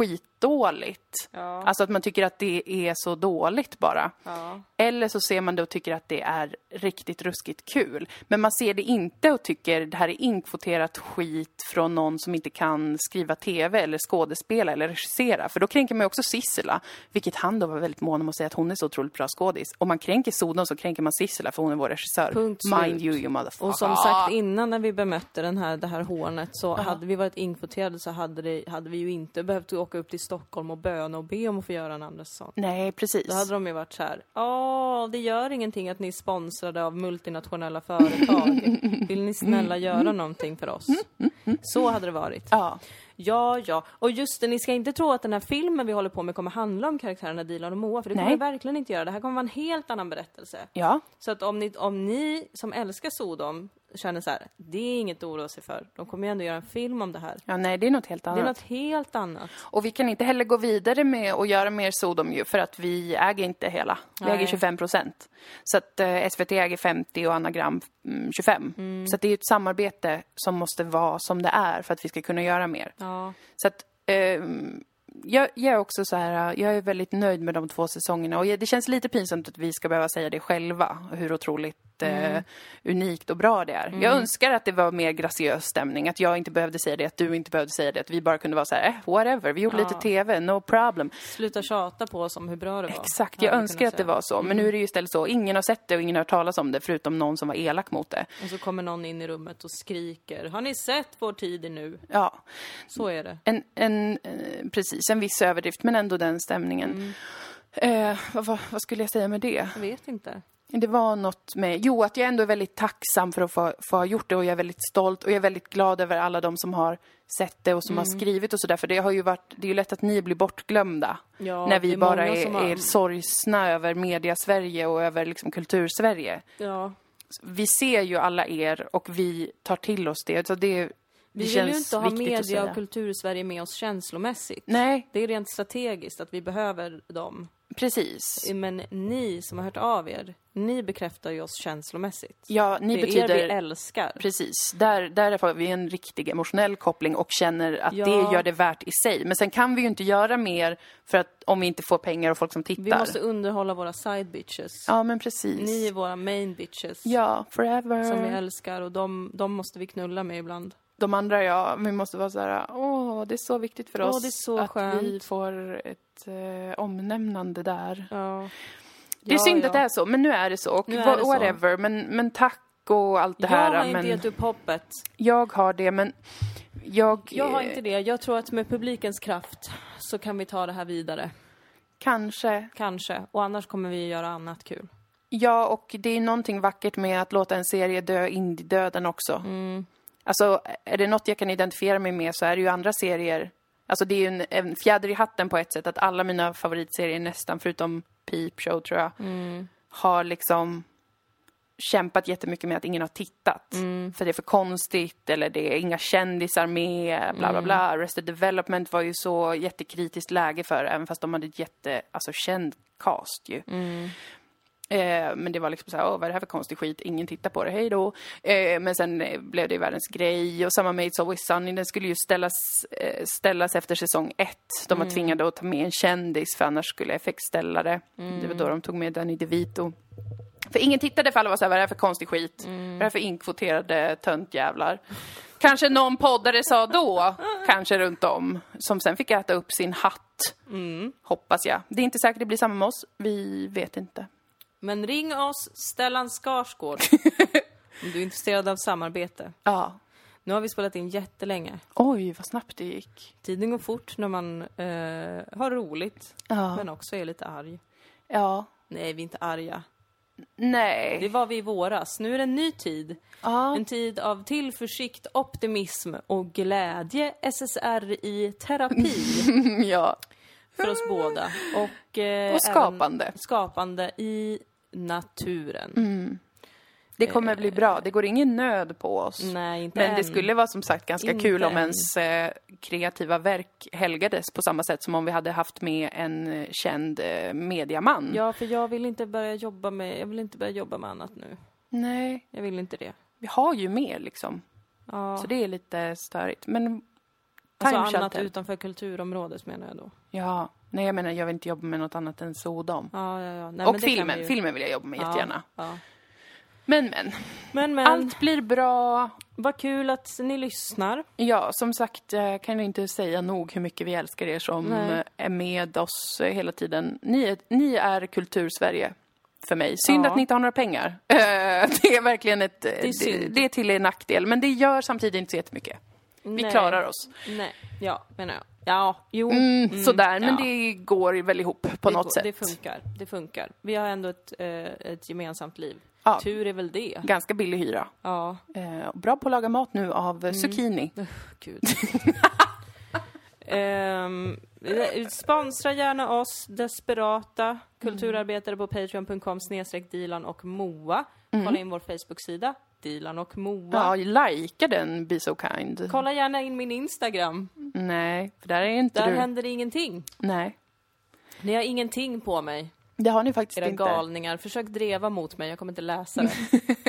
skitdåligt. Ja. Alltså att man tycker att det är så dåligt bara. Ja. Eller så ser man det och tycker att det är riktigt ruskigt kul. Men man ser det inte och tycker det här är inkvoterat skit från någon som inte kan skriva tv eller skådespela eller regissera. För då kränker man ju också Sissela, vilket han då var väldigt mån om att säga att hon är så otroligt bra skådis. Om man kränker Sodom så kränker man Sissela för hon är vår regissör. Punkt Mind slut. you, you motherfucker. Och som sagt innan när vi bemötte den här, det här hånet så hade vi varit inkvoterade så hade, det, hade vi ju inte behövt åka upp till Stockholm och böna och be om att få göra en andra säsong. Nej, precis. Då hade de ju varit så här: ja, det gör ingenting att ni är sponsrade av multinationella företag. Vill ni snälla göra någonting för oss? Så hade det varit. Ja. Ja, ja. Och just det, ni ska inte tro att den här filmen vi håller på med kommer handla om karaktärerna Dilan och Moa, för det kommer Nej. det verkligen inte göra. Det här kommer vara en helt annan berättelse. Ja. Så att om ni, om ni som älskar Sodom känner så här, det är inget att oroa sig för. De kommer ju ändå göra en film om det här. Ja, nej, det är något helt annat. Det är något helt annat. Och vi kan inte heller gå vidare med att göra mer Sodom ju, för att vi äger inte hela. Vi Nej. äger tjugofem procent. Så att eh, S V T äger femtio och Anagram mm, tjugofem. Mm. Så att det är ett samarbete som måste vara som det är för att vi ska kunna göra mer. Ja. Så att eh, jag, jag är också så här, jag är väldigt nöjd med de två säsongerna. Och det känns lite pinsamt att vi ska behöva säga det själva. Hur otroligt mm. eh, unikt och bra det är. Mm. Jag önskar att det var mer graciös stämning. Att jag inte behövde säga det, att du inte behövde säga det. Att vi bara kunde vara så här, eh, whatever. Vi gjorde Ja. lite tv, no problem. Sluta tjata på oss om hur bra det var. Exakt, jag önskar att det var så. Men nu är det ju istället så. Ingen har sett det och ingen har hört talas om det. Förutom någon som var elak mot det. Och så kommer någon in i rummet och skriker: har ni sett vår tid är nu? Ja. Så är det. En, en, eh, precis, en viss överdrift. Men ändå den stämningen. Mm. Eh, vad, vad, vad skulle jag säga med det? Jag vet inte. Det var något med, jo, att jag ändå är väldigt tacksam för att få, få ha gjort det, och jag är väldigt stolt och jag är väldigt glad över alla de som har sett det och som mm. har skrivit och sådär, för det har ju varit, det är ju lätt att ni blir bortglömda Ja, när vi är bara är, har... är sorgsna över media-Sverige och över liksom kultur-Sverige. Ja. Vi ser ju alla er och vi tar till oss det, så det, det Vi känns vill ju inte ha viktigt att media säga. och kultur-Sverige med oss känslomässigt. Nej. Det är rent strategiskt att vi behöver dem. Precis. Men ni som har hört av er, ni bekräftar ju oss känslomässigt. Ja, ni det är betyder... er vi älskar. Precis. Där, där har vi en riktig emotionell koppling och känner att Ja. det gör det värt i sig. Men sen kan vi ju inte göra mer för att om vi inte får pengar och folk som tittar. Vi måste underhålla våra side bitches. Ja, men precis. Ni är våra main bitches. Ja, forever. Som vi älskar, och de, de måste vi knulla med ibland. De andra, ja, vi måste vara så här, åh, det är så viktigt för Åh, oss det är så att skönt. vi får ett eh, omnämnande där. Ja. Det är Ja, synd ja. att det är så, men nu är det så. Och Nu är wha- det så. whatever, men, men tack och allt det Jag här. har inte men gett upp hoppet. jag har det, men jag... Jag har inte det. Jag tror att med publikens kraft så kan vi ta det här vidare. Kanske. Kanske. Och annars kommer vi göra annat kul. Ja, och det är någonting vackert med att låta en serie dö in i döden också. Mm. Alltså, är det något jag kan identifiera mig med så är det ju andra serier. Alltså det är ju en, en fjäder i hatten på ett sätt att alla mina favoritserier nästan, förutom Peep Show tror jag, Mm. har liksom kämpat jättemycket med att ingen har tittat. Mm. För det är för konstigt, eller det är inga kändisar med, bla bla bla. Arrested Development var ju så jättekritiskt läge för, även fast de hade ett jätte, alltså känd cast ju. Mm. Eh, men det var liksom så här, åh, vad är det här för konstig skit? Ingen tittar på det, hej då. Eh, men sen eh, blev det världens grej. Och samma med It's Always Sunny, den skulle ju ställas, eh, ställas efter säsong ett. De var tvingade att ta med en kändis, för annars skulle F X ställa det. Det var då de tog med Danny DeVito. För ingen tittade, för alla var så här, vad är det här för konstig skit? Vad är det här för inkvoterade töntjävlar? Kanske någon poddare sa då, kanske runt om, som sen fick äta upp sin hatt. Mm. Hoppas jag. Det är inte säkert det blir samma med oss. Vi vet inte. Men ring oss, Stellan Skarsgård. Om du är intresserad av samarbete. Ja. Nu har vi spelat in jättelänge. Oj, vad snabbt det gick. Tiden går fort när man eh, har roligt. Ja. Men också är lite arg. Ja. Nej, vi är inte arga. Nej. Det var vi i våras. Nu är det en ny tid. Ja. En tid av tillförsikt, optimism och glädje. S S R i terapi ja. för oss båda. Och, eh, Och skapande. även skapande i naturen. Mm. Det kommer bli bra. Det går ingen nöd på oss. Nej, inte Men än. det skulle vara som sagt ganska Inte kul om än. ens eh, kreativa verk helgades på samma sätt som om vi hade haft med en eh, känd eh, mediaman. Ja, för jag vill inte börja jobba med, jag vill inte börja jobba med annat nu. Nej, Jag vill inte det. vi har ju mer liksom. Ja. Så det är lite störigt. Men Alltså Time annat shuttle. utanför kulturområdet menar jag då. Ja, nej jag menar jag vill inte jobba med något annat än Sodom. Ja, ja, ja. Nej, och men det kan filmen, man ju- filmen vill jag jobba med jättegärna. Ja, ja. Men men, Men, men. allt blir bra. Vad kul att ni lyssnar. Ja, som sagt, jag kan inte säga nog hur mycket vi älskar er som Nej. är med oss hela tiden. Ni är, ni är kultursverige för mig. Synd Ja. att ni inte har några pengar. Eh, Det är verkligen ett... är Det, synd. det är till er nackdel, men det gör samtidigt inte så jättemycket. Vi Nej. klarar oss. Nej, ja, menar jag. Ja, jo. Mm, sådär, men ja. det går väl ihop på det, något går- sätt. Det funkar, det funkar. Vi har ändå ett, eh, ett gemensamt liv. Ja. Tur är väl det. Ganska billig hyra. Ja, Eh, bra på att laga mat nu av Mm. eh, zucchini. gud. Ehm, sponsra gärna oss, desperata kulturarbetare på patreon punkt com snedstreck Dilan och Moa. Kolla in vår Facebook-sida, Dilan och Moa. Ja, likea den, be so kind. Kolla gärna in min Instagram. Nej, för där är inte Där du. händer ingenting. Nej, Ni har ingenting på mig, det har ni faktiskt era inte. galningar. Försök dreva mot mig, jag kommer inte läsa det.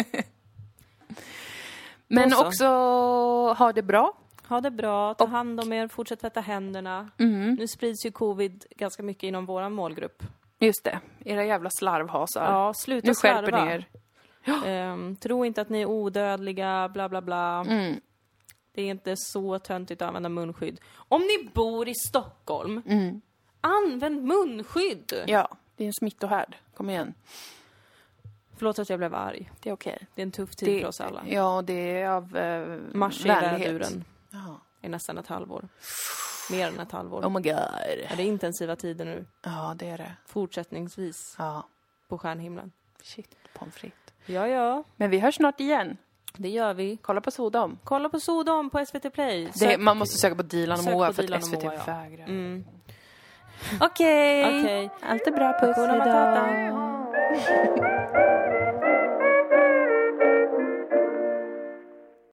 Men Och så. också ha det bra. Ha det bra, ta hand om er, fortsätt tvätta händerna. Mm. Nu sprids ju covid ganska mycket inom våran målgrupp. Just det, era jävla slarvhasar. Ja, sluta nu skärper slarva. ni er. Ehm, tro inte att ni är odödliga, bla bla bla. Mm. Det är inte så töntigt att använda munskydd. Om ni bor i Stockholm, Mm. använd munskydd! Ja, det är en smittohärd. Kom igen. Förlåt att jag blev arg. Det är okej. Det är en tuff tid Det, för oss alla. ja, det är av eh, Mars i vänlighet. väduren Ja. är nästan ett halvår. Mer än ett halvår. Oh my god. Ja, det är intensiva tider nu. Ja, det är det. Fortsättningsvis Ja, på stjärnhimlen. shit, pommes frites. Ja, ja. Men vi hörs snart igen. Det gör vi. Kolla på Sodom. Kolla på Sodom på S V T Play. Det, Sök- man måste söka på Dilan och sök Moa på för Dilan att och S V T Moa, ja. vägrar. Mm. Okej. Okej. Allt är bra, puss. Hakuna Hejdå. Matata.